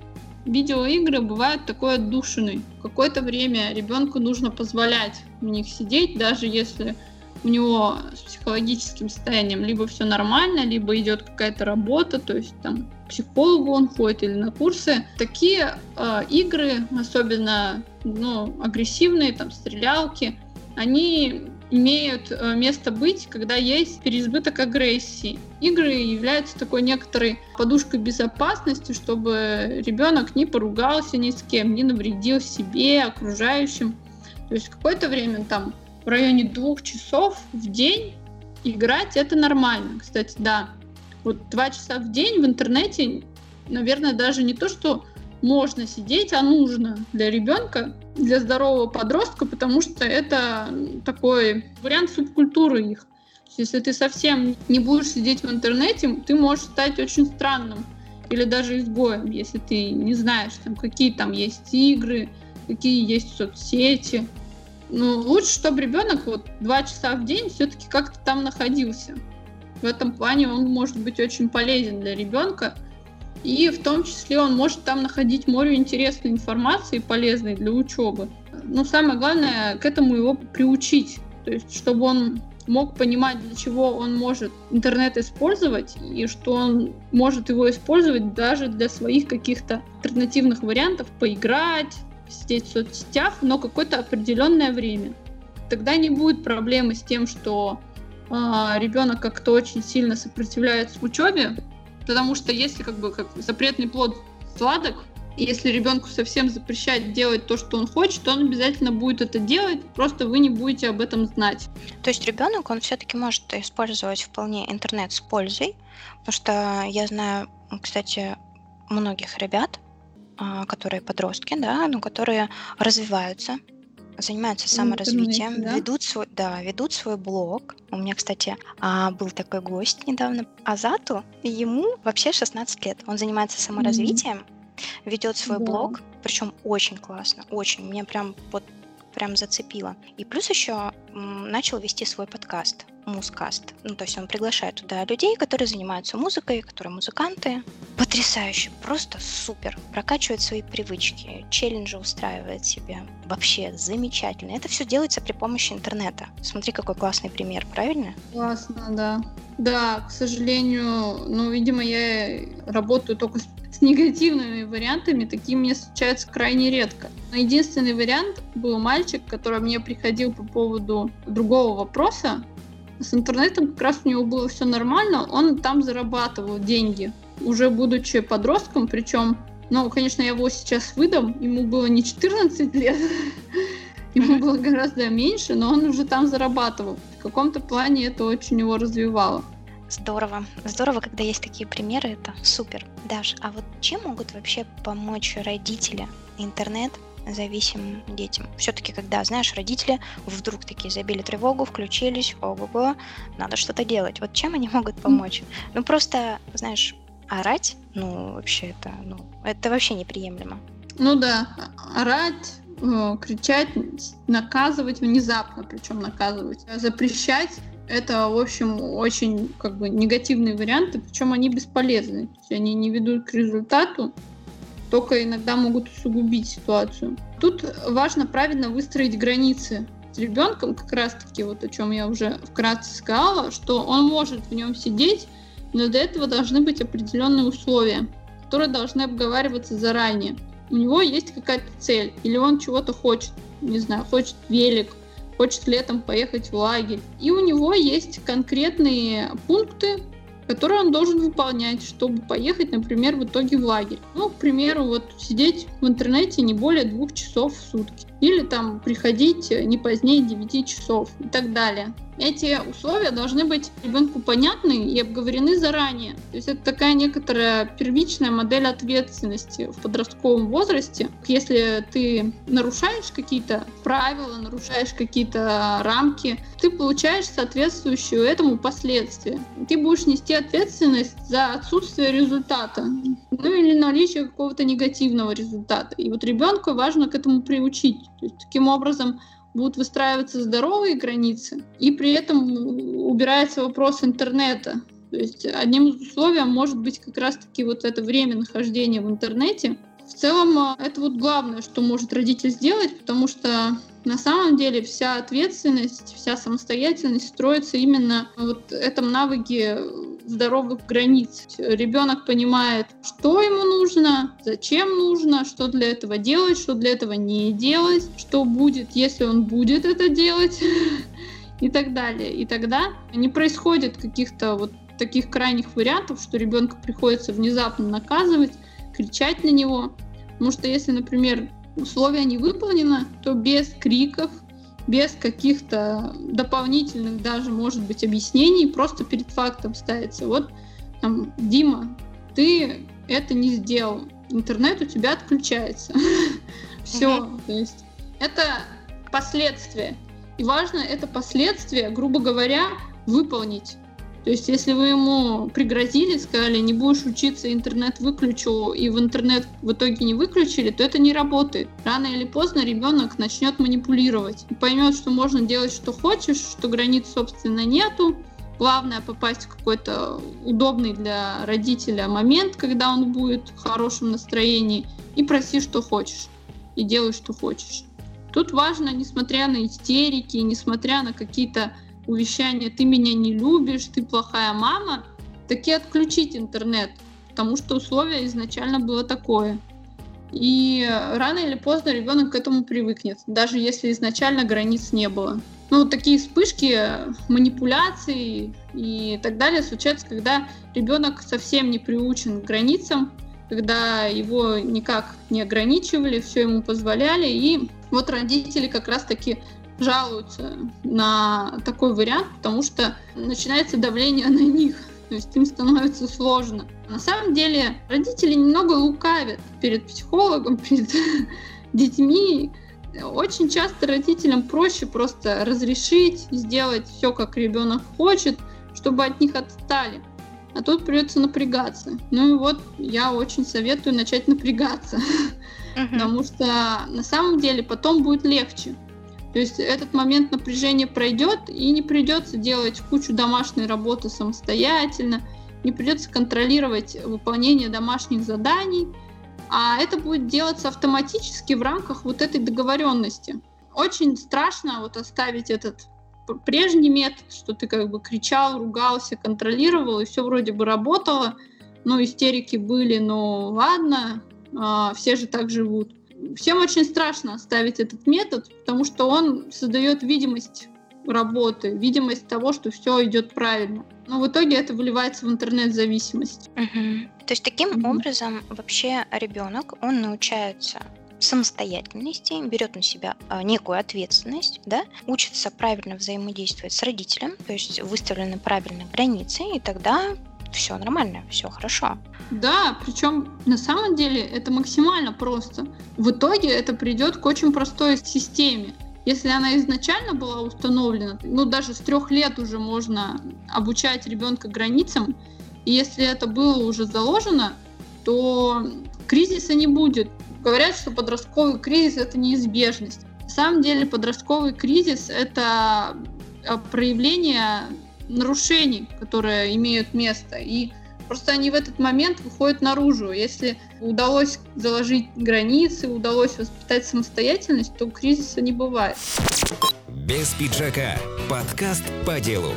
видеоигры бывают такой отдушиной. В какое-то время ребенку нужно позволять в них сидеть, даже если у него с психологическим состоянием либо все нормально, либо идет какая-то работа, то есть там к психологу он ходит или на курсы. Такие игры, особенно агрессивные, там стрелялки, они имеют место быть, когда есть переизбыток агрессии. Игры являются такой некоторой подушкой безопасности, чтобы ребенок не поругался ни с кем, не навредил себе, окружающим. То есть какое-то время там в районе 2 часов в день играть — это нормально. Кстати, да, вот 2 часа в день в интернете, наверное, даже не то, что можно сидеть, а нужно для ребенка, для здорового подростка, потому что это такой вариант субкультуры их. Если ты совсем не будешь сидеть в интернете, ты можешь стать очень странным или даже изгоем, если ты не знаешь, какие там есть игры, какие есть соцсети. Лучше, чтобы ребенок 2 часа в день все-таки как-то там находился. В этом плане он может быть очень полезен для ребенка. И в том числе он может там находить море интересной информации, полезной для учебы. Но самое главное, к этому его приучить. То есть, чтобы он мог понимать, для чего он может интернет использовать, и что он может его использовать даже для своих каких-то альтернативных вариантов, поиграть, сидеть в соцсетях, но какое-то определенное время. Тогда не будет проблемы с тем, что ребенок как-то очень сильно сопротивляется учебе, потому что если как запретный плод сладок, и если ребенку совсем запрещать делать то, что он хочет, то он обязательно будет это делать, просто вы не будете об этом знать. То есть ребенок, он все-таки может использовать вполне интернет с пользой, потому что я знаю, кстати, многих ребят, которые подростки, да, которые развиваются, занимаются саморазвитием, ведут свой блог. У меня, кстати, был такой гость недавно, Азату, ему вообще 16 лет. Он занимается саморазвитием, ведет свой блог, причем очень классно, очень. Меня прям зацепило. И плюс еще начал вести свой подкаст, Музкаст. То есть он приглашает туда людей, которые занимаются музыкой, которые музыканты. Потрясающе, просто супер. Прокачивает свои привычки, челленджи устраивает себе. Вообще замечательно. Это все делается при помощи интернета. Смотри, какой классный пример, правильно? Классно, да. Да, к сожалению, видимо, я работаю только с негативными вариантами, такие мне встречаются крайне редко. Но единственный вариант был мальчик, который мне приходил по поводу другого вопроса. С интернетом как раз у него было все нормально, он там зарабатывал деньги, уже будучи подростком, причем, конечно, я его сейчас выдам, ему было не 14 лет, ему было гораздо меньше, но он уже там зарабатывал. В каком-то плане это очень его развивало. Здорово. Здорово, когда есть такие примеры, это супер. Даш, а вот чем могут вообще помочь родители интернет зависимым детям? Все-таки, когда, знаешь, родители вдруг такие забили тревогу, включились, ого-го, надо что-то делать. Вот чем они могут помочь? Просто, знаешь, орать, вообще это вообще неприемлемо. Да, орать, кричать, наказывать внезапно, причем наказывать, запрещать. Это, в общем, очень негативные варианты, причем они бесполезны. То есть они не ведут к результату, только иногда могут усугубить ситуацию. Тут важно правильно выстроить границы с ребенком, как раз-таки о чем я уже вкратце сказала, что он может в нем сидеть, но для этого должны быть определенные условия, которые должны обговариваться заранее. У него есть какая-то цель, или он чего-то хочет, не знаю, хочет велик, хочет летом поехать в лагерь. И у него есть конкретные пункты, которые он должен выполнять, чтобы поехать, например, в итоге в лагерь. К примеру, сидеть в интернете не более 2 часов в сутки. Или приходить не позднее 9 часов и так далее. Эти условия должны быть ребенку понятны и обговорены заранее. То есть это такая некоторая первичная модель ответственности в подростковом возрасте. Если ты нарушаешь какие-то правила, нарушаешь какие-то рамки, ты получаешь соответствующую этому последствия. Ты будешь нести ответственность за отсутствие результата, или наличие какого-то негативного результата. И ребенку важно к этому приучить. То есть таким образом будут выстраиваться здоровые границы, и при этом убирается вопрос интернета. То есть одним из условий может быть как раз-таки это время нахождения в интернете. В целом, это вот главное, что может родитель сделать, потому что на самом деле вся ответственность, вся самостоятельность строится именно на вот этом навыке здоровых границ. Ребенок понимает, что ему нужно, зачем нужно, что для этого делать, что для этого не делать, что будет, если он будет это делать и так далее. И тогда не происходит каких-то вот таких крайних вариантов, что ребенка приходится внезапно наказывать, кричать на него. Потому что если, например, условие не выполнено, то без криков, без каких-то дополнительных даже, может быть, объяснений, просто перед фактом ставится. Вот, там, Дима, ты это не сделал, интернет у тебя отключается. Все, то есть это последствия. И важно это последствия, грубо говоря, выполнить. То есть, если вы ему пригрозили, сказали, не будешь учиться, интернет выключу, и в интернет в итоге не выключили, то это не работает. Рано или поздно ребенок начнет манипулировать. Поймет, что можно делать, что хочешь, что границ, собственно, нету. Главное попасть в какой-то удобный для родителя момент, когда он будет в хорошем настроении, и проси, что хочешь, и делай, что хочешь. Тут важно, несмотря на истерики, несмотря на какие-то увещания «ты меня не любишь», «ты плохая мама», таки отключить интернет, потому что условие изначально было такое. И рано или поздно ребенок к этому привыкнет, даже если изначально границ не было. Вот такие вспышки манипуляций и так далее случаются, когда ребенок совсем не приучен к границам, когда его никак не ограничивали, все ему позволяли, и вот родители как раз-таки жалуются на такой вариант, потому что начинается давление на них, то есть им становится сложно. На самом деле родители немного лукавят перед психологом, перед детьми. Очень часто родителям проще просто разрешить, сделать все, как ребенок хочет, чтобы от них отстали. А тут придется напрягаться. Ну и вот я очень советую начать напрягаться, потому что на самом деле потом будет легче. То есть этот момент напряжения пройдет, и не придется делать кучу домашней работы самостоятельно, не придется контролировать выполнение домашних заданий, а это будет делаться автоматически в рамках вот этой договоренности. Очень страшно вот оставить этот прежний метод, что ты как бы кричал, ругался, контролировал, и все вроде бы работало, но истерики были, ну ладно, все же так живут. Всем очень страшно оставить этот метод, потому что он создает видимость работы, видимость того, что все идет правильно. Но в итоге это выливается в интернет-зависимость. То есть таким образом вообще ребенок, он научается самостоятельности, берет на себя некую ответственность, да, учится правильно взаимодействовать с родителем, то есть выставлены правильные границы, и тогда все нормально, все хорошо. Да, причем на самом деле это максимально просто. В итоге это придет к очень простой системе. Если она изначально была установлена, даже с 3 лет уже можно обучать ребенка границам, и если это было уже заложено, то кризиса не будет. Говорят, что подростковый кризис — это неизбежность. На самом деле подростковый кризис — это проявление нарушений, которые имеют место, и просто они в этот момент выходят наружу. Если удалось заложить границы, удалось воспитать самостоятельность, то кризиса не бывает. Без пиджака. Подкаст по делу.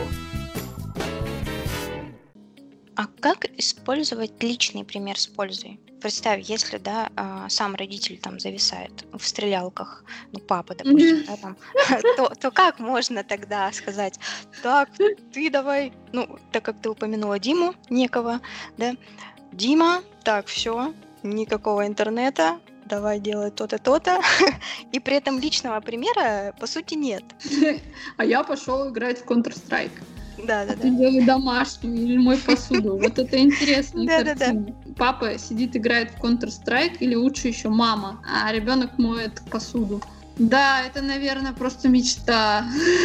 А как использовать личный пример с пользой? Представь, если, сам родитель там зависает в стрелялках, папа, допустим, то как можно тогда сказать: так, ты давай, так как ты упомянула Диму некого, да, Дима, так, все, никакого интернета, давай делай то-то, то-то, и при этом личного примера, по сути, нет. А я пошел играть в Counter-Strike. Да. Ты делай домашнюю или мой посуду. Вот это интересная картина. Папа сидит, играет в Counter-Strike, или лучше еще мама, а ребенок моет посуду. Да, это, наверное, просто мечта.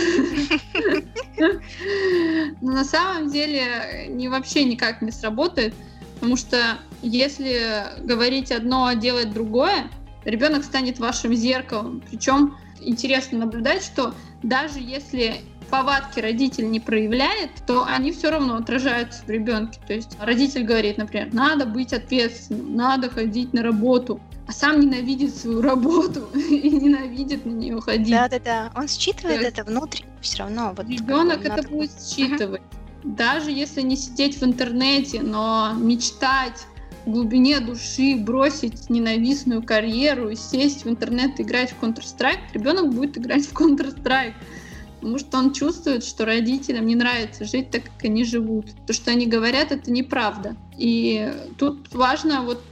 Но на самом деле вообще никак не сработает, потому что если говорить одно, а делать другое, ребенок станет вашим зеркалом. Причем интересно наблюдать, что даже если повадки родитель не проявляет, то они все равно отражаются в ребенке. То есть родитель говорит, например, надо быть ответственным, надо ходить на работу. а сам ненавидит свою работу и ненавидит на нее ходить. Да-да-да, он считывает это внутренне все равно. Вот ребенок это будет считывать. Даже если не сидеть в интернете, но мечтать в глубине души, бросить ненавистную карьеру и сесть в интернет и играть в Counter-Strike, ребенок будет играть в Counter-Strike. Потому что он чувствует, что родителям не нравится жить так, как они живут. То, что они говорят, это неправда. И тут важно, вот,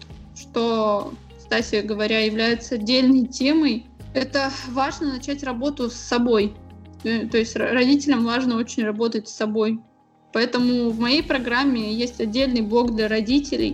что, кстати говоря, является отдельной темой, это важно начать работу с собой. То есть родителям важно очень работать с собой. Поэтому в моей программе есть отдельный блок для родителей,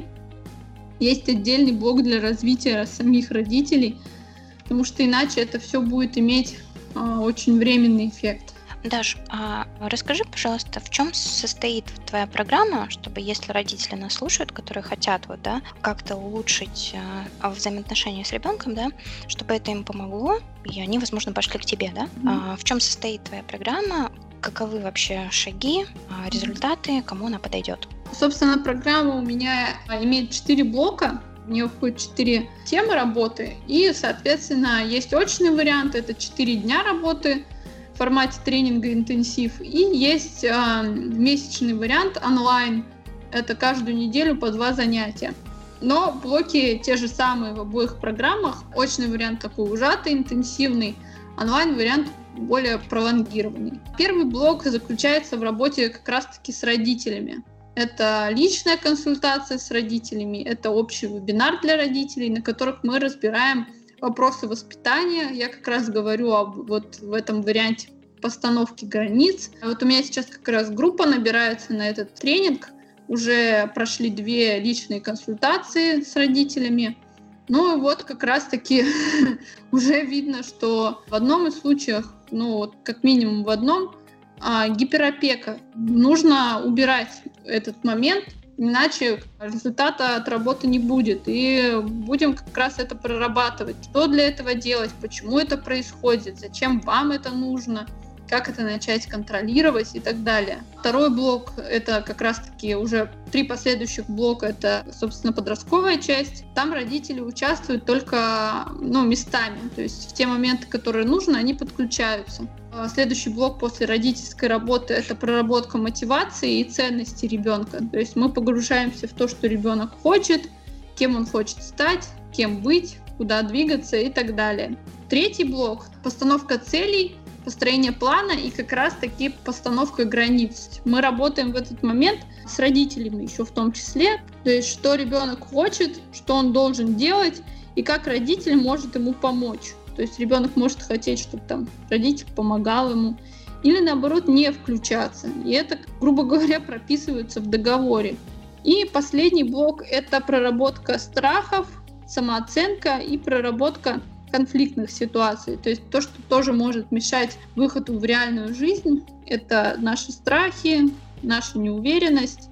есть отдельный блок для развития самих родителей, потому что иначе это все будет иметь очень временный эффект. Даш, расскажи, пожалуйста, в чем состоит твоя программа, чтобы, если родители нас слушают, которые хотят как-то улучшить взаимоотношения с ребенком, чтобы это им помогло, и они, возможно, пошли к тебе, в чем состоит твоя программа, каковы вообще шаги, результаты, кому она подойдет? Собственно, программа у меня имеет 4 блока. В нее входит 4 темы работы, и, соответственно, есть очный вариант, это 4 дня работы в формате тренинга интенсив, и есть месячный вариант онлайн, это каждую неделю по 2 занятия. Но блоки те же самые в обоих программах, очный вариант такой ужатый, интенсивный, онлайн-вариант более пролонгированный. Первый блок заключается в работе как раз-таки с родителями. Это личная консультация с родителями, это общий вебинар для родителей, на которых мы разбираем вопросы воспитания. Я как раз говорю вот в этом варианте постановки границ. Вот у меня сейчас как раз группа набирается на этот тренинг. Уже прошли 2 личные консультации с родителями. Ну и вот как раз-таки уже видно, что в одном из случаев, как минимум в одном, гиперопека. Нужно убирать этот момент, иначе результата от работы не будет. И будем как раз это прорабатывать. Что для этого делать, почему это происходит, зачем вам это нужно, как это начать контролировать и так далее. Второй блок — это как раз-таки уже 3 последующих блока, это, собственно, подростковая часть. Там родители участвуют только местами, то есть в те моменты, которые нужно, они подключаются. Следующий блок после родительской работы — это проработка мотивации и ценностей ребенка. То есть мы погружаемся в то, что ребенок хочет, кем он хочет стать, кем быть, куда двигаться и так далее. Третий блок — постановка целей, построение плана и как раз-таки постановка границ. Мы работаем в этот момент с родителями еще в том числе, то есть что ребенок хочет, что он должен делать и как родитель может ему помочь. То есть ребенок может хотеть, чтобы родитель помогал ему, или наоборот не включаться. И это, грубо говоря, прописывается в договоре. И последний блок — это проработка страхов, самооценка и проработка конфликтных ситуаций. То есть то, что тоже может мешать выходу в реальную жизнь, это наши страхи, наша неуверенность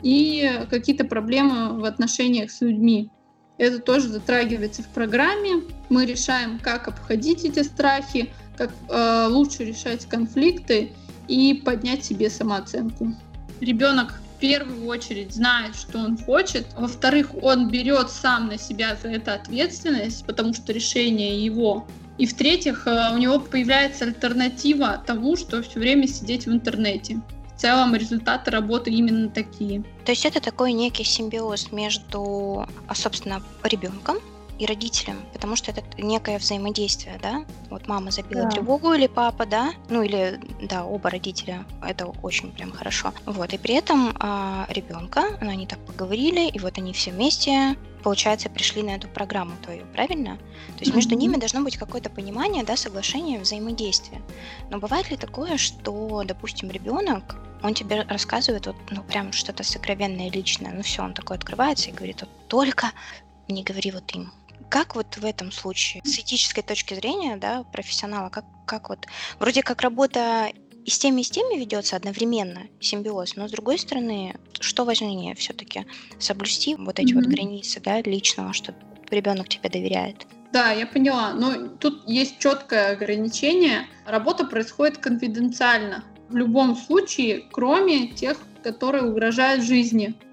и какие-то проблемы в отношениях с людьми. Это тоже затрагивается в программе. Мы решаем, как обходить эти страхи, как лучше решать конфликты и поднять себе самооценку. Ребенок в первую очередь знает, что он хочет. Во-вторых, он берет сам на себя за это ответственность, потому что решение его. И в-третьих, у него появляется альтернатива тому, что все время сидеть в интернете. В целом результаты работы именно такие. То есть это такой некий симбиоз между, собственно, ребенком и родителем, потому что это некое взаимодействие, да? Вот мама забила тревогу или папа, да? Или оба родителя, это очень прям хорошо. Вот, и при этом ребенка, они так поговорили, и вот они все вместе, получается, пришли на эту программу твою, правильно? То есть между ними должно быть какое-то понимание, соглашение, взаимодействие. Но бывает ли такое, что, допустим, ребенок, он тебе рассказывает прям что-то сокровенное, личное, все, он такой открывается и говорит, только не говори им. Как в этом случае, с этической точки зрения, профессионала, как вроде как работа и с теми ведется одновременно, симбиоз, но с другой стороны, что важнее все-таки соблюсти эти границы, личного, что ребенок тебе доверяет? Да, я поняла, но тут есть четкое ограничение. Работа происходит конфиденциально. В любом случае, кроме тех, которые угрожают жизни.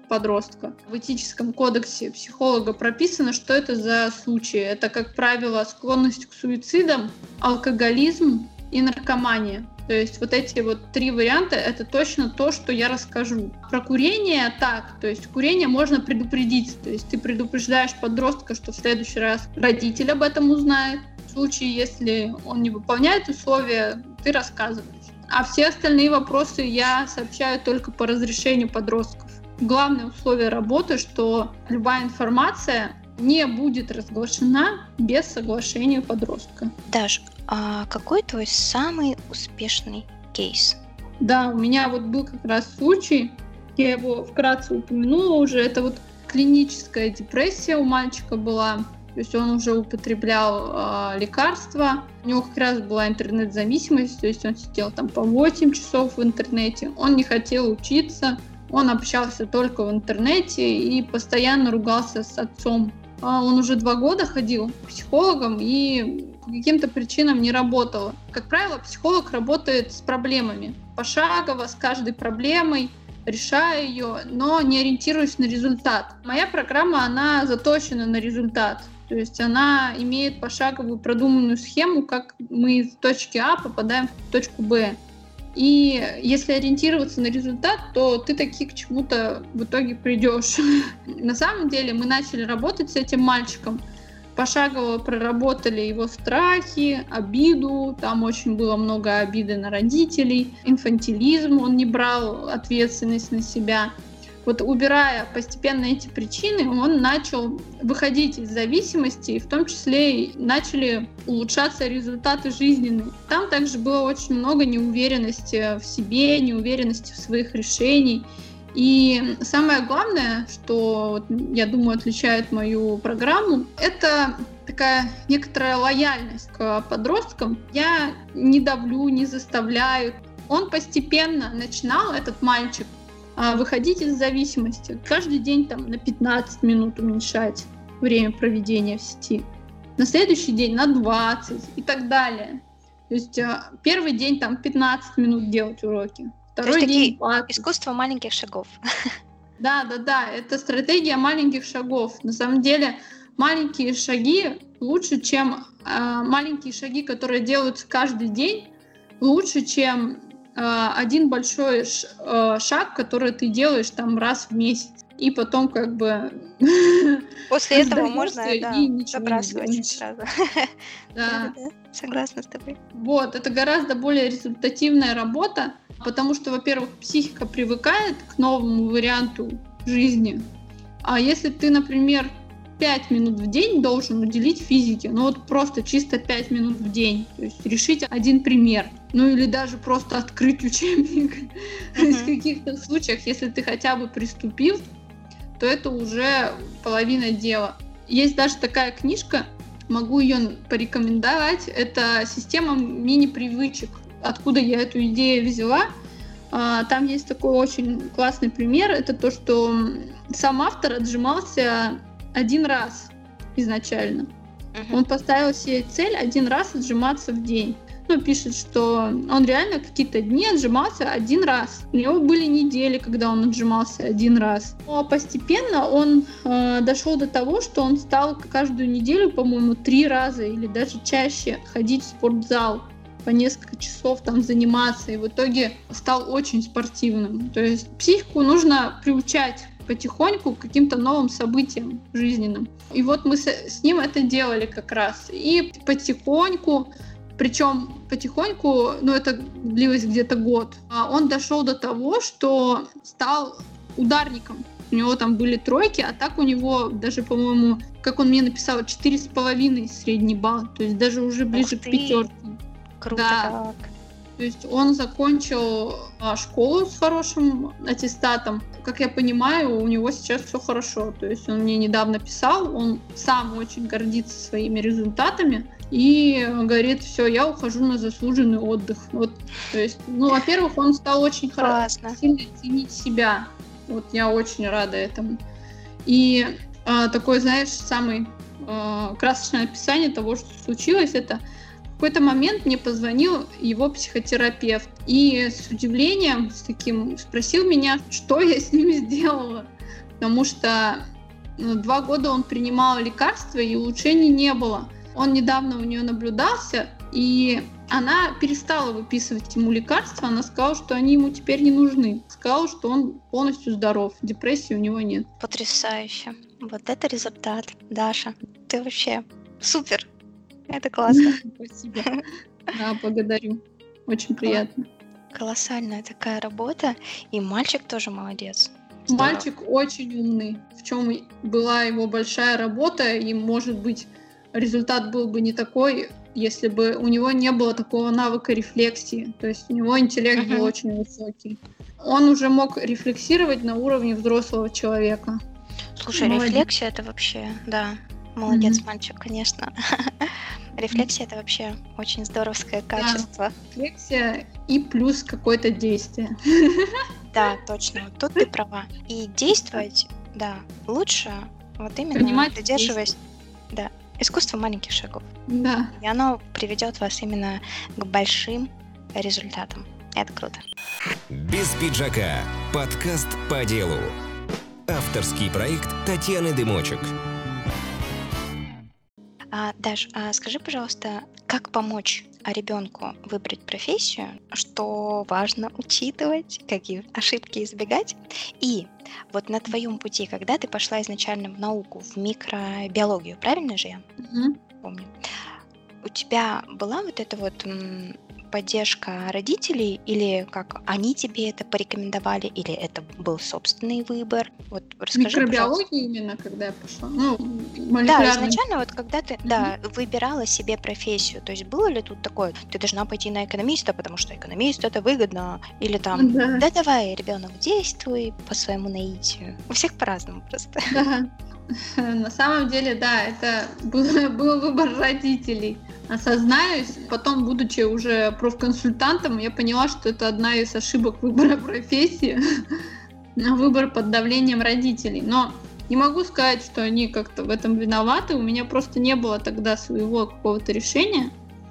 подростка. В этическом кодексе психолога прописано, что это за случаи. Это, как правило, склонность к суицидам, алкоголизм и наркомания. То есть вот эти вот 3 варианта — это точно то, что я расскажу. Про курение так, то есть курение можно предупредить. То есть ты предупреждаешь подростка, что в следующий раз родитель об этом узнает. В случае, если он не выполняет условия, ты рассказываешь. А все остальные вопросы я сообщаю только по разрешению подростков. Главное условие работы, что любая информация не будет разглашена без соглашения подростка. Даш, а какой твой самый успешный кейс? Да, у меня вот был как раз случай, я его вкратце упомянула уже, это вот клиническая депрессия у мальчика была, то есть он уже употреблял лекарства, у него как раз была интернет-зависимость, то есть он сидел там по 8 часов в интернете, он не хотел учиться, он общался только в интернете и постоянно ругался с отцом. Он уже 2 года ходил к психологам и по каким-то причинам не работало. Как правило, психолог работает с проблемами, пошагово, с каждой проблемой, решая ее, но не ориентируясь на результат. Моя программа, она заточена на результат. То есть она имеет пошаговую продуманную схему, как мы из точки А попадаем в точку Б. И если ориентироваться на результат, то ты таки к чему-то в итоге придешь. На самом деле мы начали работать с этим мальчиком, пошагово проработали его страхи, обиду, там очень было много обиды на родителей, инфантилизм, он не брал ответственность на себя. Вот убирая постепенно эти причины, он начал выходить из зависимости, и в том числе и начали улучшаться результаты жизненные. Там также было очень много неуверенности в себе, неуверенности в своих решениях. И самое главное, что, я думаю, отличает мою программу, это такая некоторая лояльность к подросткам. Я не давлю, не заставляю. Он постепенно начинал, этот мальчик, выходить из зависимости. Каждый день там на 15 минут уменьшать время проведения в сети. На следующий день на 20 и так далее. То есть первый день там 15 минут делать уроки. Второй день 20. Искусство маленьких шагов. Да, это стратегия маленьких шагов. На самом деле маленькие шаги лучше, чем маленькие шаги, которые делаются каждый день, лучше, чем один большой шаг, который ты делаешь там раз в месяц, и потом как бы после этого можно забрасывать сразу. Да. Согласна с тобой. Вот, это гораздо более результативная работа, потому что, во-первых, психика привыкает к новому варианту жизни. А если ты, например, 5 минут в день должен уделить физике, ну вот просто чисто 5 минут в день, то есть решить один пример, ну или даже просто открыть учебник. В каких-то случаях, если ты хотя бы приступил, то это уже половина дела. Есть даже такая книжка, могу ее порекомендовать, это «Система мини-привычек». Откуда я эту идею взяла? Там есть такой очень классный пример, это то, что сам автор отжимался 1 раз изначально. Он поставил себе цель 1 раз отжиматься в день. Ну, пишет, что он реально какие-то дни отжимался 1 раз. У него были недели, когда он отжимался 1 раз. Но постепенно он дошел до того, что он стал каждую неделю, по-моему, 3 раза или даже чаще ходить в спортзал, по несколько часов там заниматься, и в итоге стал очень спортивным. То есть психику нужно приучать потихоньку к каким-то новым событиям жизненным. И вот мы с ним это делали как раз. И потихоньку, причем потихоньку, ну это длилось где-то год, он дошел до того, что стал ударником. У него там были 3, а так у него даже, по-моему, как он мне написал, 4,5 средний балл. То есть даже уже ближе к 5. Круто. Да. То есть он закончил школу с хорошим аттестатом. Как я понимаю, у него сейчас все хорошо. То есть он мне недавно писал, он сам очень гордится своими результатами и говорит: все, я ухожу на заслуженный отдых. Вот, то есть, ну, во-первых, он стал очень сильно ценить себя. Вот я очень рада этому. И такое, знаешь, самое красочное описание того, что случилось, это в какой-то момент мне позвонил его психотерапевт и с удивлением, с таким, спросил меня, что я с ним сделала, потому что 2 года он принимал лекарства, и улучшений не было. Он недавно у нее наблюдался, и она перестала выписывать ему лекарства, она сказала, что они ему теперь не нужны. Сказала, что он полностью здоров, депрессии у него нет. Потрясающе. Вот это результат. Даша, ты вообще супер. Это классно. Спасибо. Да, благодарю. Очень приятно. Колоссальная такая работа. И мальчик тоже молодец. Здорово. Мальчик очень умный, в чем была его большая работа, и, может быть, результат был бы не такой, если бы у него не было такого навыка рефлексии. То есть у него интеллект был очень высокий. Он уже мог рефлексировать на уровне взрослого человека. Слушай, рефлексия это вообще, да, молодец, мальчик, конечно. Рефлексия это вообще очень здоровское качество. Да, рефлексия и плюс какое-то действие. Да, точно, тут ты права. И действовать, да, лучше вот именно принимать придерживаясь, да, искусство маленьких шагов. Да. И оно приведет вас именно к большим результатам. Это круто. Без пиджака. Подкаст по делу. Авторский проект Татьяны Дымочек. Даш, скажи, пожалуйста, как помочь ребенку выбрать профессию, что важно учитывать, какие ошибки избегать? И вот на твоем пути, когда ты пошла изначально в науку, в микробиологию, правильно же я помню? У тебя была вот эта вот поддержка родителей, или как они тебе это порекомендовали, или это был собственный выбор? Вот расскажи, микробиологию именно, когда я пошла? Да, изначально вот когда ты выбирала себе профессию, то есть было ли тут такое, ты должна пойти на экономиста, потому что экономист это выгодно, или там, да давай, ребенок, действуй по своему наитию. У всех по-разному просто. Да. На самом деле, да, это был выбор родителей. Осознаюсь, потом, будучи уже профконсультантом, я поняла, что это одна из ошибок выбора профессии, выбор под давлением родителей. Но не могу сказать, что они как-то в этом виноваты, у меня просто не было тогда своего какого-то решения,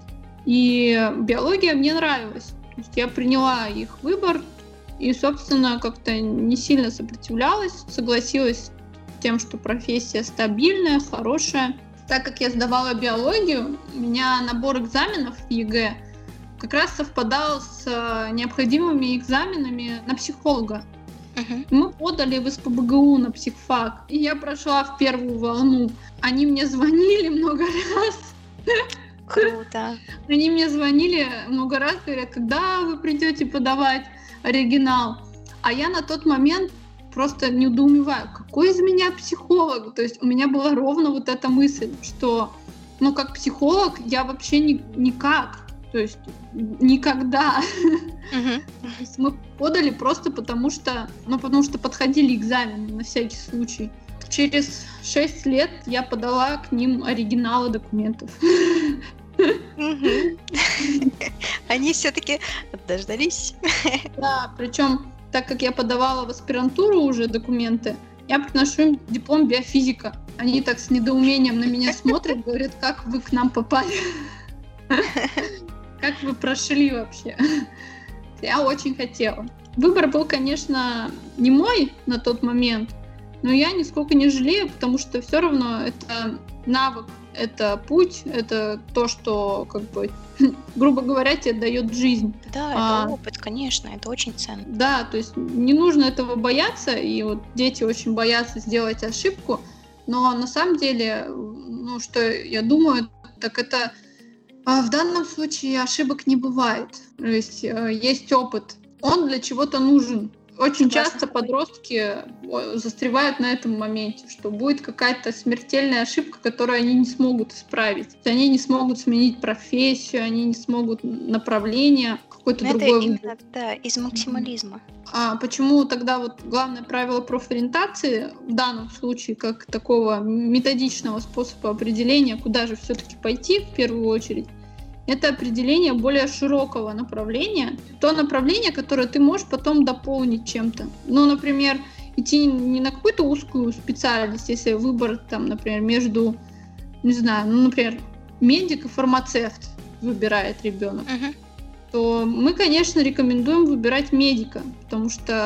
и биология мне нравилась. То есть я приняла их выбор и, собственно, как-то не сильно сопротивлялась, согласилась с тем, что профессия стабильная, хорошая. Так как я сдавала биологию, у меня набор экзаменов в ЕГЭ как раз совпадал с необходимыми экзаменами на психолога. Мы подали в СПбГУ на психфак, и я прошла в первую волну. Они мне звонили много раз. Круто. Они мне звонили много раз, говорят, когда вы придете подавать оригинал. А я на тот момент просто недоумеваю, какой из меня психолог? То есть у меня была ровно вот эта мысль, что, как психолог я вообще никак, то есть никогда. То есть мы подали просто потому что подходили экзамены на всякий случай. Через 6 лет я подала к ним оригиналы документов. Они все-таки дождались. Да, причем так как я подавала в аспирантуру уже документы, я приношу им диплом биофизика. Они так с недоумением на меня смотрят, говорят, как вы к нам попали? Как вы прошли вообще? Я очень хотела. Выбор был, конечно, не мой на тот момент, но я нисколько не жалею, потому что все равно это навык, это путь, это то, что, грубо говоря, тебе дает жизнь. Да, это опыт, конечно, это очень ценно. Да, то есть не нужно этого бояться, и вот дети очень боятся сделать ошибку, но на самом деле, что я думаю, так это в данном случае ошибок не бывает. То есть есть опыт, он для чего-то нужен. Очень часто подростки застревают на этом моменте, что будет какая-то смертельная ошибка, которую они не смогут исправить. Они не смогут сменить профессию, они не смогут направление, какой-то другой выбор. Это именно, из максимализма. А почему тогда вот главное правило профориентации в данном случае, как такого методичного способа определения, куда же все-таки пойти в первую очередь, это определение более широкого направления, то направление, которое ты можешь потом дополнить чем-то. Например, идти не на какую-то узкую специальность, если выбор, например, между, например, медик и фармацевт выбирает ребенок, то мы, конечно, рекомендуем выбирать медика, потому что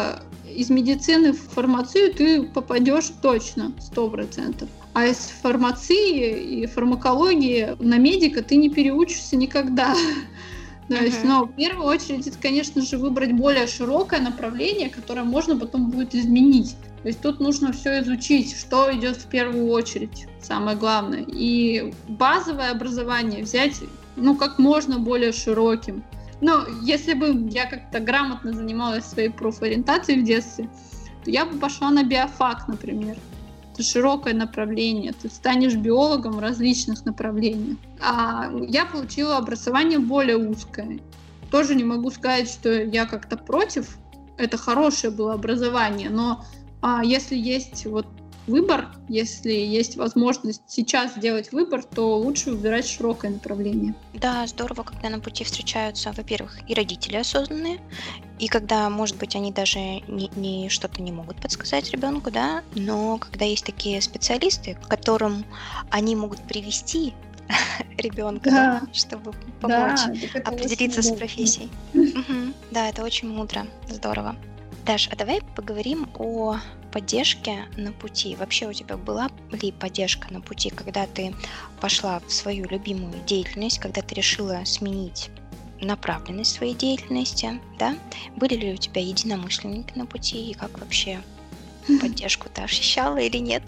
из медицины в фармацию ты попадешь точно, 100%. А из фармации и фармакологии на медика ты не переучишься никогда. То есть, но в первую очередь это, конечно же, выбрать более широкое направление, которое можно потом будет изменить. То есть тут нужно все изучить, что идет в первую очередь, самое главное. И базовое образование взять, как можно более широким. Но если бы я как-то грамотно занималась своей профориентацией в детстве, то я бы пошла на биофак, например. Это широкое направление. Ты станешь биологом в различных направлениях. А я получила образование более узкое. Тоже не могу сказать, что я как-то против. Это хорошее было образование, но если есть выбор, если есть возможность сейчас сделать выбор, то лучше выбирать широкое направление. Да, здорово, когда на пути встречаются, во-первых, и родители осознанные, и когда, может быть, они даже что-то не могут подсказать ребенку, да, но когда есть такие специалисты, к которым они могут привести ребенка, да, чтобы помочь определиться с профессией. Да, это очень мудро, здорово. Даш, а давай поговорим о поддержке на пути. Вообще у тебя была ли поддержка на пути, когда ты пошла в свою любимую деятельность, когда ты решила сменить направленность своей деятельности, да? Были ли у тебя единомышленники на пути и как вообще поддержку ты ощущала или нет?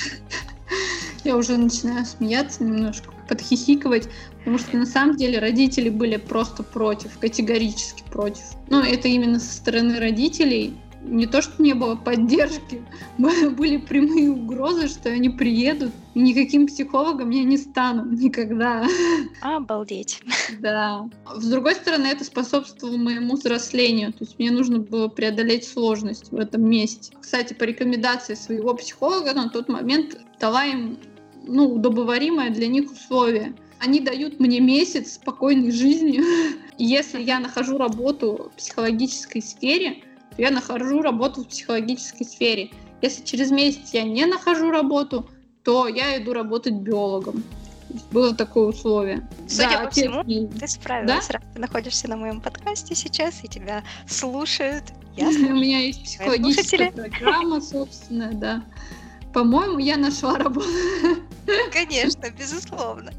Я уже начинаю смеяться немножко, подхихикивать, потому что на самом деле родители были просто против, категорически против. Это именно со стороны родителей. Не то, что не было поддержки, были прямые угрозы, что они приедут, и никаким психологом я не стану никогда. Обалдеть. Да. С другой стороны, это способствовало моему взрослению. То есть мне нужно было преодолеть сложность в этом месте. Кстати, по рекомендации своего психолога на тот момент дала им удобоваримое для них условие. Они дают мне месяц спокойной жизни. И если я нахожу работу в психологической сфере, то я нахожу работу в психологической сфере. Если через месяц я не нахожу работу, то я иду работать биологом. Было такое условие. Судя по всему, ты справилась, да? Раз ты находишься на моем подкасте сейчас, и тебя слушают. У меня есть психологическая программа собственная, да. По-моему, я нашла работу. Конечно, безусловно.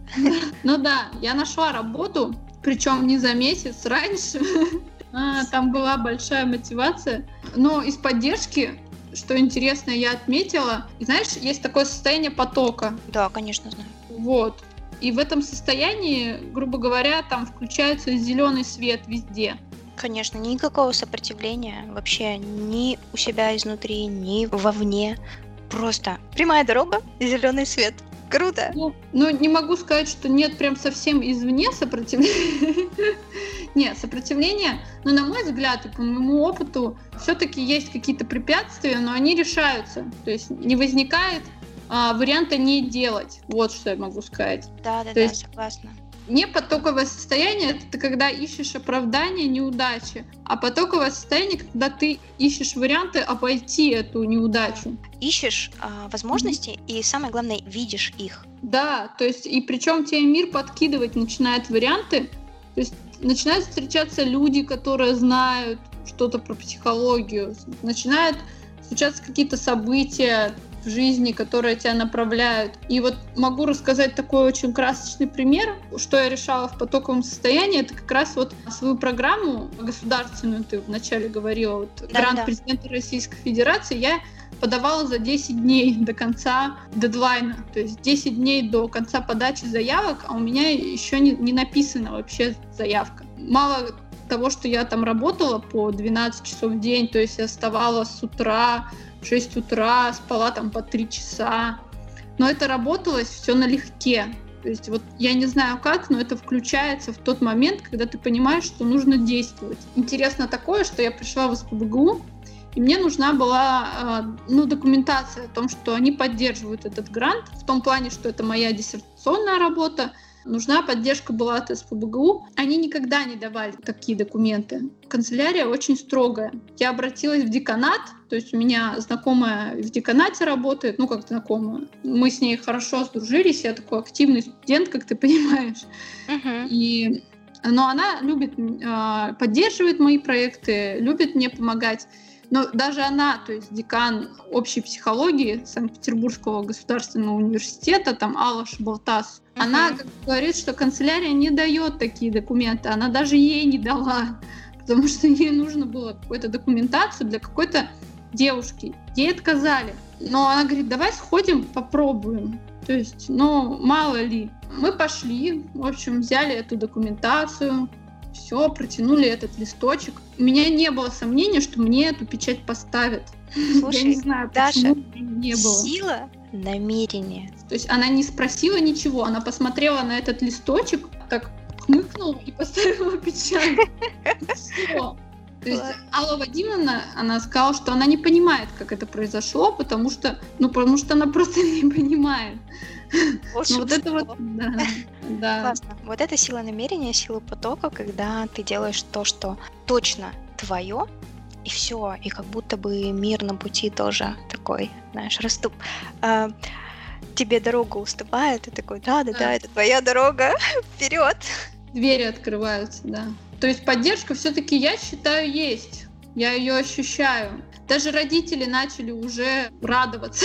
Я нашла работу, причем не за месяц, раньше. Там была большая мотивация. Но из поддержки, что интересно, я отметила, знаешь, есть такое состояние потока. Да, конечно, знаю. Вот. И в этом состоянии, грубо говоря, там включается зеленый свет везде. Конечно, никакого сопротивления вообще ни у себя изнутри, ни вовне. Просто прямая дорога, зеленый свет. Круто. Не могу сказать, что нет прям совсем извне сопротивления. Нет, сопротивление, на мой взгляд и по моему опыту, все-таки есть какие-то препятствия, но они решаются. То есть не возникает варианта не делать. Вот что я могу сказать. Да, согласна. Не потоковое состояние — это когда ищешь оправдание неудачи, а потоковое состояние, когда ты ищешь варианты обойти эту неудачу. Ищешь возможности и, самое главное, видишь их. Да, то есть и причем тебе мир подкидывать начинает варианты, то есть начинают встречаться люди, которые знают что-то про психологию, начинают случаться какие-то события в жизни, которые тебя направляют. И могу рассказать такой очень красочный пример, что я решала в потоковом состоянии. Это как раз свою программу государственную, ты вначале говорила, грант президента Российской Федерации, я подавала за 10 дней до конца дедлайна. То есть 10 дней до конца подачи заявок, а у меня еще не написана вообще заявка. Мало того, что я там работала по 12 часов в день, то есть я вставала с утра, в 6 утра, спала там по 3 часа. Но это работалось все налегке. То есть я не знаю как, но это включается в тот момент, когда ты понимаешь, что нужно действовать. Интересно такое, что я пришла в СПбГУ, и мне нужна была документация о том, что они поддерживают этот грант, в том плане, что это моя диссертационная работа. Нужна поддержка была от СПбГУ. Они никогда не давали такие документы. Канцелярия очень строгая. Я обратилась в деканат, то есть у меня знакомая в деканате работает, как знакомая. Мы с ней хорошо сдружились, я такой активный студент, как ты понимаешь. Но она любит, поддерживает мои проекты, любит мне помогать. Но даже она, то есть декан общей психологии Санкт-Петербургского государственного университета, там Алла Шабалтас, она говорит, что канцелярия не дает такие документы, она даже ей не дала, потому что ей нужно было какую-то документацию для какой-то девушки. Ей отказали. Но она говорит, давай сходим, попробуем. То есть, мало ли. Мы пошли, в общем, взяли эту документацию, все, протянули этот листочек. У меня не было сомнения, что мне эту печать поставят. Слушай, я не знаю, Даша, почему не было. Сила намерения. То есть она не спросила ничего, она посмотрела на этот листочек, так хмыкнула и поставила печать. Всё. То есть Алла Вадимовна, она сказала, что она не понимает, как это произошло, потому что она просто не понимает. Вот это вот, да. Классно. Вот это сила намерения, сила потока, когда ты делаешь то, что точно твое, и все, и как будто бы мир на пути тоже такой, знаешь, расступ. Тебе дорога уступает, и такой, да, это твоя дорога, вперед. Двери открываются, да. То есть поддержка все-таки, я считаю, есть. Я ее ощущаю. Даже родители начали уже радоваться.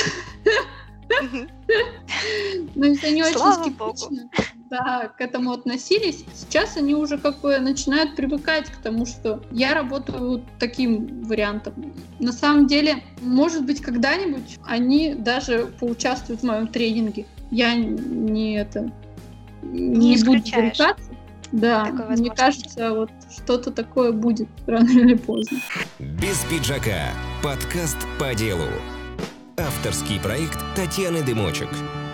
Но если они очень скептично к этому относились, сейчас они уже начинают привыкать к тому, что я работаю таким вариантом. На самом деле, может быть, когда-нибудь они даже поучаствуют в моем тренинге. Я не буду зарекаться. Да, мне кажется, вот что-то такое будет рано или поздно. Без пиджака. Подкаст по делу. Авторский проект Татьяны Дымочек.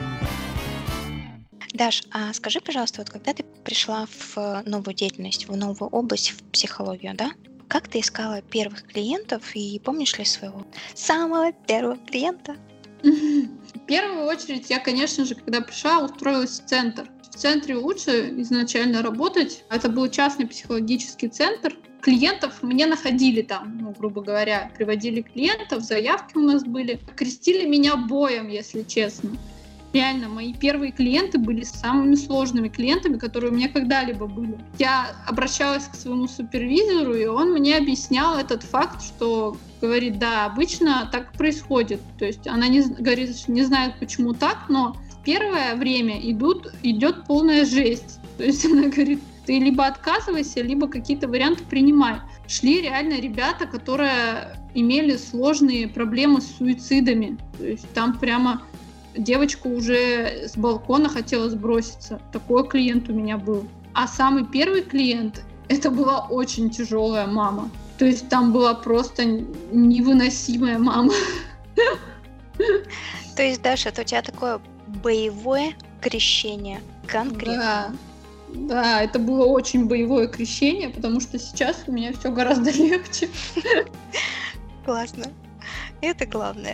Даш, а скажи, пожалуйста, вот когда ты пришла в новую деятельность, в новую область, в психологию, да? Как ты искала первых клиентов и помнишь ли своего самого первого клиента? В первую очередь я, конечно же, когда пришла, устроилась в центр. В центре лучше изначально работать. Это был частный психологический центр. Клиентов мне находили там, грубо говоря, приводили клиентов, заявки у нас были. Крестили меня боем, если честно. Реально, мои первые клиенты были самыми сложными клиентами, которые у меня когда-либо были. Я обращалась к своему супервизору, и он мне объяснял этот факт, что говорит, да, обычно так происходит. То есть она говорит, не знает, почему так, но в первое время идет полная жесть. То есть она говорит, ты либо отказывайся, либо какие-то варианты принимай. Шли реально ребята, которые имели сложные проблемы с суицидами. То есть там прямо девочка уже с балкона хотела сброситься. Такой клиент у меня был. А самый первый клиент, это была очень тяжелая мама. То есть там была просто невыносимая мама. То есть, Даша, это у тебя такое боевое крещение конкретно? Да, это было очень боевое крещение, потому что сейчас у меня все гораздо легче. Классно. Это главное.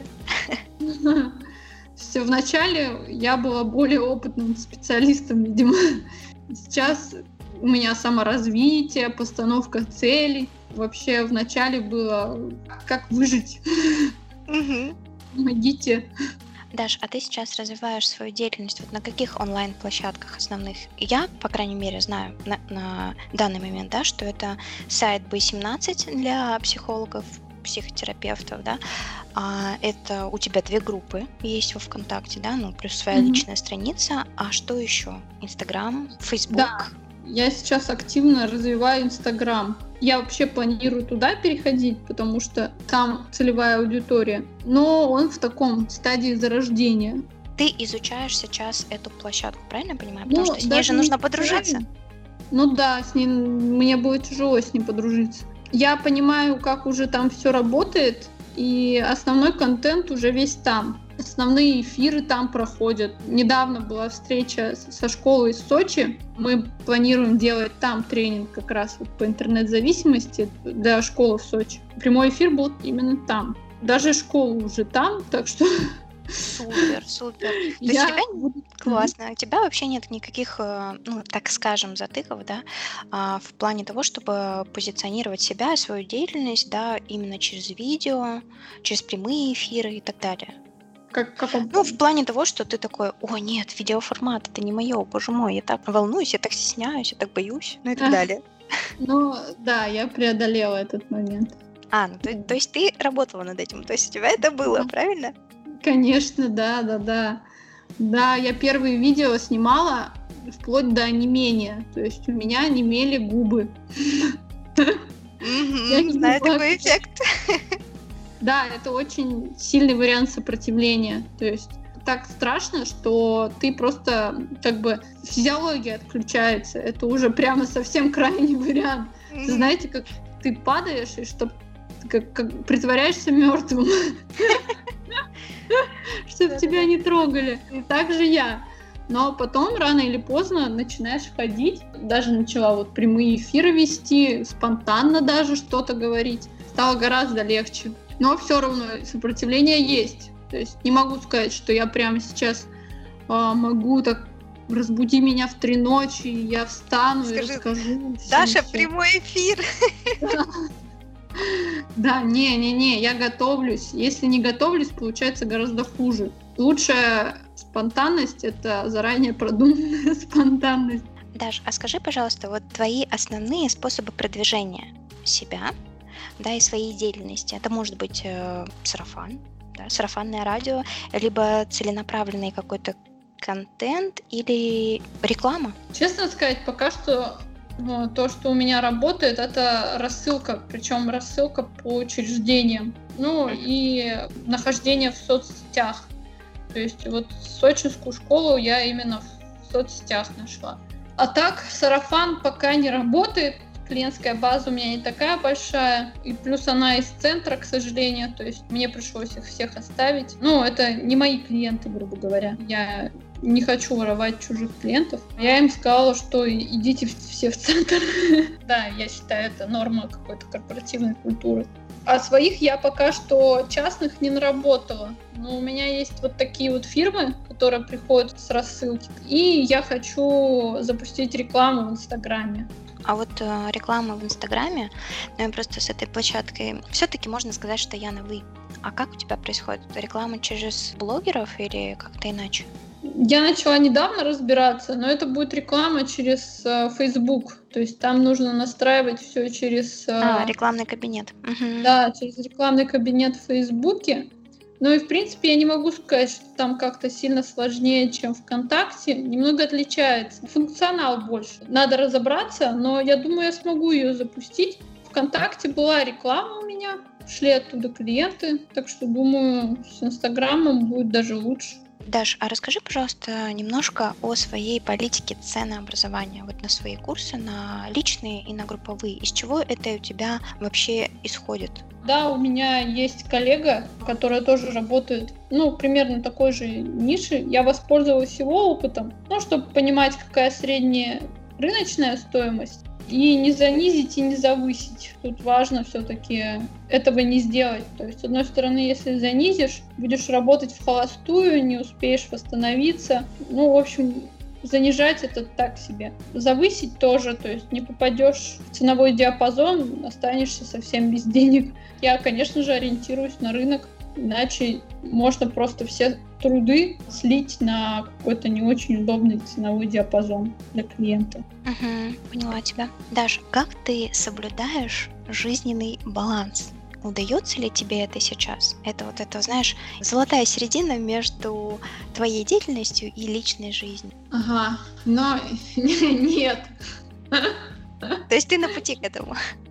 Все, вначале я была более опытным специалистом, видимо. Сейчас у меня саморазвитие, постановка целей. Вообще вначале было как выжить. Помогите. Даш, а ты сейчас развиваешь свою деятельность вот на каких онлайн-площадках основных? Я, по крайней мере, знаю на данный момент, да, что это сайт B17 для психологов, психотерапевтов, да, это у тебя 2 группы есть во ВКонтакте, да, плюс своя личная страница, а что еще? Инстаграм, Фейсбук? Да, я сейчас активно развиваю Инстаграм. Я вообще планирую туда переходить, потому что там целевая аудитория, но он в таком стадии зарождения. Ты изучаешь сейчас эту площадку, правильно я понимаю? Потому что с ней же нужно подружиться. Да, с ней мне будет тяжело с ней подружиться. Я понимаю, как уже там все работает, и основной контент уже весь там. Основные эфиры там проходят. Недавно была встреча со школой из Сочи. Мы планируем делать там тренинг как раз вот по интернет-зависимости для школы в Сочи. Прямой эфир был именно там. Даже школа уже там, так что... Супер. То есть у тебя классно. У тебя вообще нет никаких, так скажем, затыков, да, в плане того, чтобы позиционировать себя, свою деятельность, да, именно через видео, через прямые эфиры и так далее. В плане того, что ты такой, о нет, видеоформат, это не мое, боже мой, я так волнуюсь, я так стесняюсь, я так боюсь, и так далее. Да, я преодолела этот момент. То есть ты работала над этим, то есть у тебя это было, правильно? Конечно, да. Да, я первые видео снимала вплоть до онемения. То есть у меня онемели губы. Знаю такой эффект. Да, это очень сильный вариант сопротивления. То есть так страшно, что ты просто физиология отключается. Это уже прямо совсем крайний вариант. Знаете, как ты падаешь и что как притворяешься мертвым, чтобы тебя не трогали. И так же я. Но потом, рано или поздно, начинаешь ходить. Даже начала прямые эфиры вести, спонтанно даже что-то говорить. Стало гораздо легче. Но все равно сопротивление есть. То есть не могу сказать, что я прямо сейчас могу так разбуди меня в 3 ночи, и я встану. Скажи, и расскажу. Даша, прямой эфир. Да, не, я готовлюсь. Если не готовлюсь, получается гораздо хуже. Лучшая спонтанность — это заранее продуманная спонтанность. Даш, а скажи, пожалуйста, твои основные способы продвижения себя, и своей деятельности. Это может быть сарафан, сарафанное радио, либо целенаправленный какой-то контент или реклама? Честно сказать, пока что то, что у меня работает, это рассылка, причем рассылка по учреждениям, и нахождение в соцсетях. То есть сочинскую школу я именно в соцсетях нашла. А так, сарафан пока не работает, клиентская база у меня не такая большая, и плюс она из центра, к сожалению, то есть мне пришлось их всех оставить. Это не мои клиенты, грубо говоря. Я не хочу воровать чужих клиентов. Я им сказала, что идите все в центр. Да, я считаю, это норма какой-то корпоративной культуры. А своих я пока что частных не наработала. Но у меня есть такие фирмы, которые приходят с рассылки. И я хочу запустить рекламу в Инстаграме. А реклама в Инстаграме, просто с этой площадкой, все-таки можно сказать, что я на «вы». А как у тебя происходит? Реклама через блогеров или как-то иначе? Я начала недавно разбираться, но это будет реклама через Facebook. То есть там нужно настраивать все через... рекламный кабинет. Да, через рекламный кабинет в Фейсбуке. Ну и в принципе я не могу сказать, что там как-то сильно сложнее, чем ВКонтакте. Немного отличается. Функционал больше. Надо разобраться, но я думаю, я смогу ее запустить. ВКонтакте была реклама у меня, шли оттуда клиенты, так что думаю, с Инстаграмом будет даже лучше. Даш, а расскажи, пожалуйста, немножко о своей политике ценообразования на свои курсы, на личные и на групповые. Из чего это у тебя вообще исходит? Да, у меня есть коллега, которая тоже работает, примерно такой же нише. Я воспользовалась его опытом, чтобы понимать, какая средняя рыночная стоимость. И не занизить, и не завысить. Тут важно все-таки этого не сделать. То есть, с одной стороны, если занизишь, будешь работать в холостую, не успеешь восстановиться. В общем, занижать это так себе. Завысить тоже, то есть не попадешь в ценовой диапазон, останешься совсем без денег. Я, конечно же, ориентируюсь на рынок, иначе можно просто все труды слить на какой-то не очень удобный ценовой диапазон для клиента. Поняла тебя. Даш, как ты соблюдаешь жизненный баланс? Удается ли тебе это сейчас? Это знаешь, золотая середина между твоей деятельностью и личной жизнью. Ага, но нет. То есть ты на пути к этому?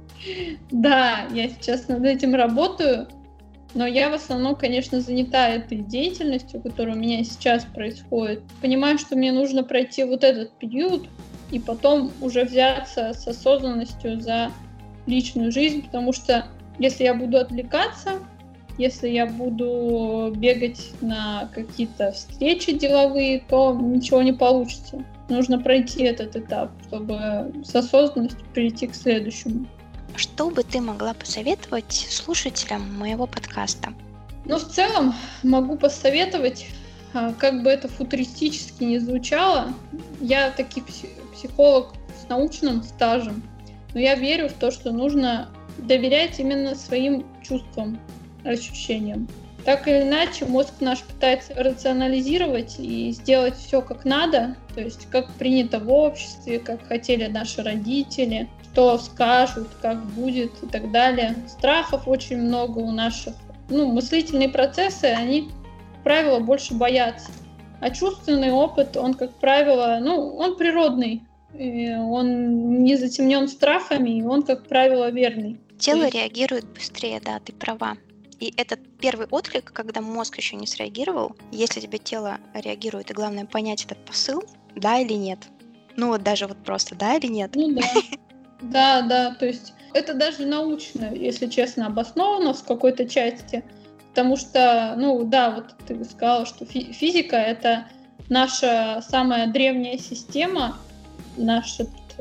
Да, я сейчас над этим работаю, но я в основном, конечно, занята этой деятельностью, которая у меня сейчас происходит. Понимаю, что мне нужно пройти этот период и потом уже взяться с осознанностью за личную жизнь, потому что если я буду отвлекаться, если я буду бегать на какие-то встречи деловые, то ничего не получится. Нужно пройти этот этап, чтобы с осознанностью перейти к следующему. Что бы ты могла посоветовать слушателям моего подкаста? В целом могу посоветовать, как бы это футуристически не звучало. Я таки психолог с научным стажем, но я верю в то, что нужно доверять именно своим чувствам, ощущениям. Так или иначе, мозг наш пытается рационализировать и сделать все как надо, то есть как принято в обществе, как хотели наши родители, что скажут, как будет и так далее. Страхов очень много у наших. Мыслительные процессы, они, как правило, больше боятся. А чувственный опыт, он, как правило, он природный. И он не затемнен страхами, и он, как правило, верный. Тело реагирует быстрее, да, ты права. И этот первый отклик, когда мозг еще не среагировал, если тебе тело реагирует, и главное понять этот посыл, да или нет. Даже просто да или нет. Да. Да, то есть это даже научно, если честно, обосновано в какой-то части, потому что, вот ты сказала, что физика — это наша самая древняя система, наш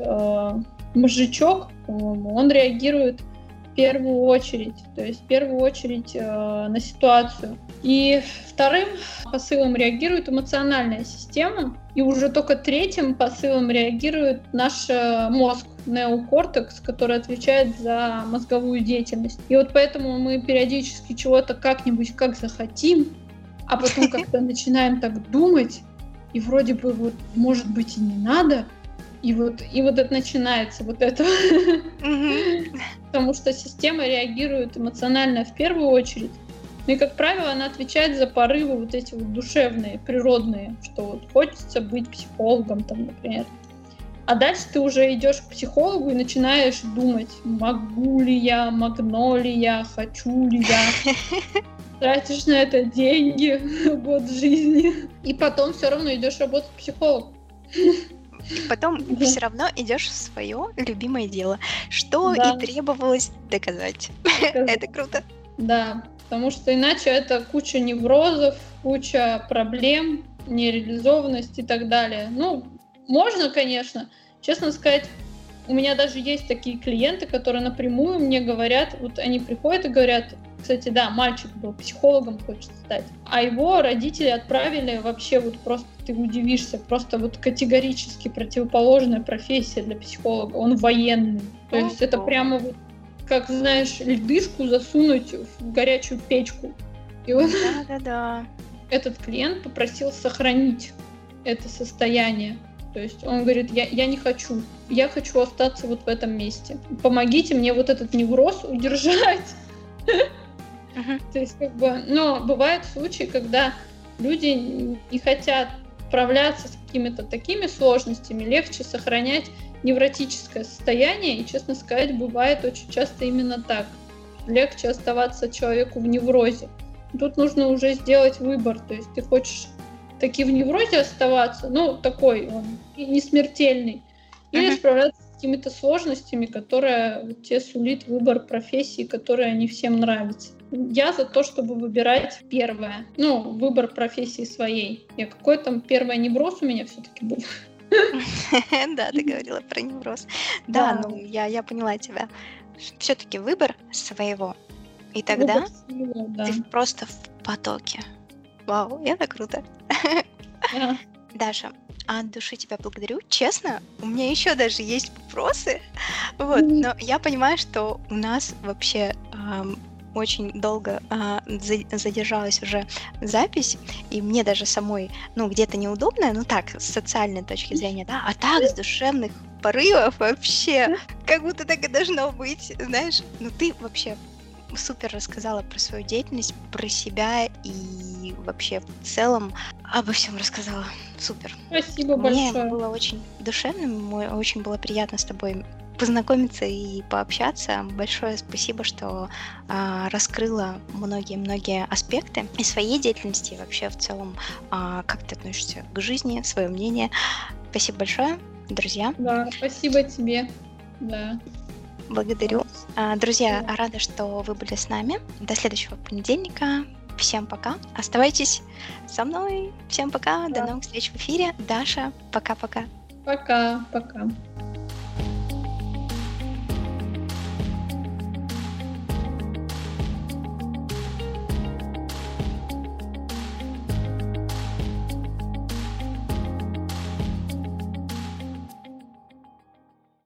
мозжечок, по-моему, он реагирует в первую очередь, то есть в первую очередь на ситуацию. И вторым посылом реагирует эмоциональная система, и уже только третьим посылом реагирует наш мозг, неокортекс, который отвечает за мозговую деятельность. И вот поэтому мы периодически чего-то как-нибудь как захотим, а потом как-то начинаем так думать, и вроде бы может быть и не надо, и вот это начинается вот это. Потому что система реагирует эмоционально в первую очередь. И, как правило, она отвечает за порывы вот эти душевные, природные, что хочется быть психологом, например. А дальше ты уже идешь к психологу и начинаешь думать, могу ли я, могно ли я, хочу ли я. Тратишь на это деньги, год жизни. И потом все равно идешь работать психологом. И потом все равно идешь в свое любимое дело, что и требовалось доказать. Это круто. Да, потому что иначе это куча неврозов, куча проблем, нереализованность и так далее. Можно, конечно. Честно сказать, у меня даже есть такие клиенты, которые напрямую мне говорят, они приходят и говорят, кстати, да, мальчик был, психологом хочет стать, а его родители отправили вообще просто, ты удивишься, просто категорически противоположная профессия для психолога, он военный. То есть это прямо как, знаешь, льдышку засунуть в горячую печку. И этот клиент попросил сохранить это состояние. То есть он говорит, я не хочу, я хочу остаться в этом месте. Помогите мне этот невроз удержать. То есть но бывают случаи, когда люди не хотят справляться с какими-то такими сложностями, легче сохранять невротическое состояние, и, честно сказать, бывает очень часто именно так. Легче оставаться человеку в неврозе. Тут нужно уже сделать выбор, то есть ты хочешь таки в неврозе оставаться, такой он, не смертельный, или справляться с какими-то сложностями, которые тебе сулит выбор профессии, которая не всем нравится. Я за то, чтобы выбирать первое, выбор профессии своей. Какой там первый невроз у меня все-таки был? Да, ты говорила про невроз. Да, я поняла тебя. Все-таки выбор своего. И тогда ты просто в потоке. Вау, это круто. Даша, от души тебя благодарю. Честно, у меня еще даже есть вопросы. Но я понимаю, что у нас вообще очень долго задержалась уже запись, и мне даже самой, где-то неудобно, так, с социальной точки зрения, да, а так, с душевных порывов вообще, как будто так и должно быть, знаешь. Ты вообще супер рассказала про свою деятельность, про себя и вообще в целом обо всем рассказала. Супер. Спасибо большое. Мне было очень душевным, очень было приятно с тобой познакомиться и пообщаться. Большое спасибо, что раскрыла многие аспекты и своей деятельности, и вообще в целом, как ты относишься к жизни, свое мнение. Спасибо большое, друзья. Да, спасибо тебе. Да. Благодарю. Друзья, рада, что вы были с нами. До следующего понедельника. Всем пока. Оставайтесь со мной. Всем пока. Да. До новых встреч в эфире. Даша, пока-пока. Пока-пока.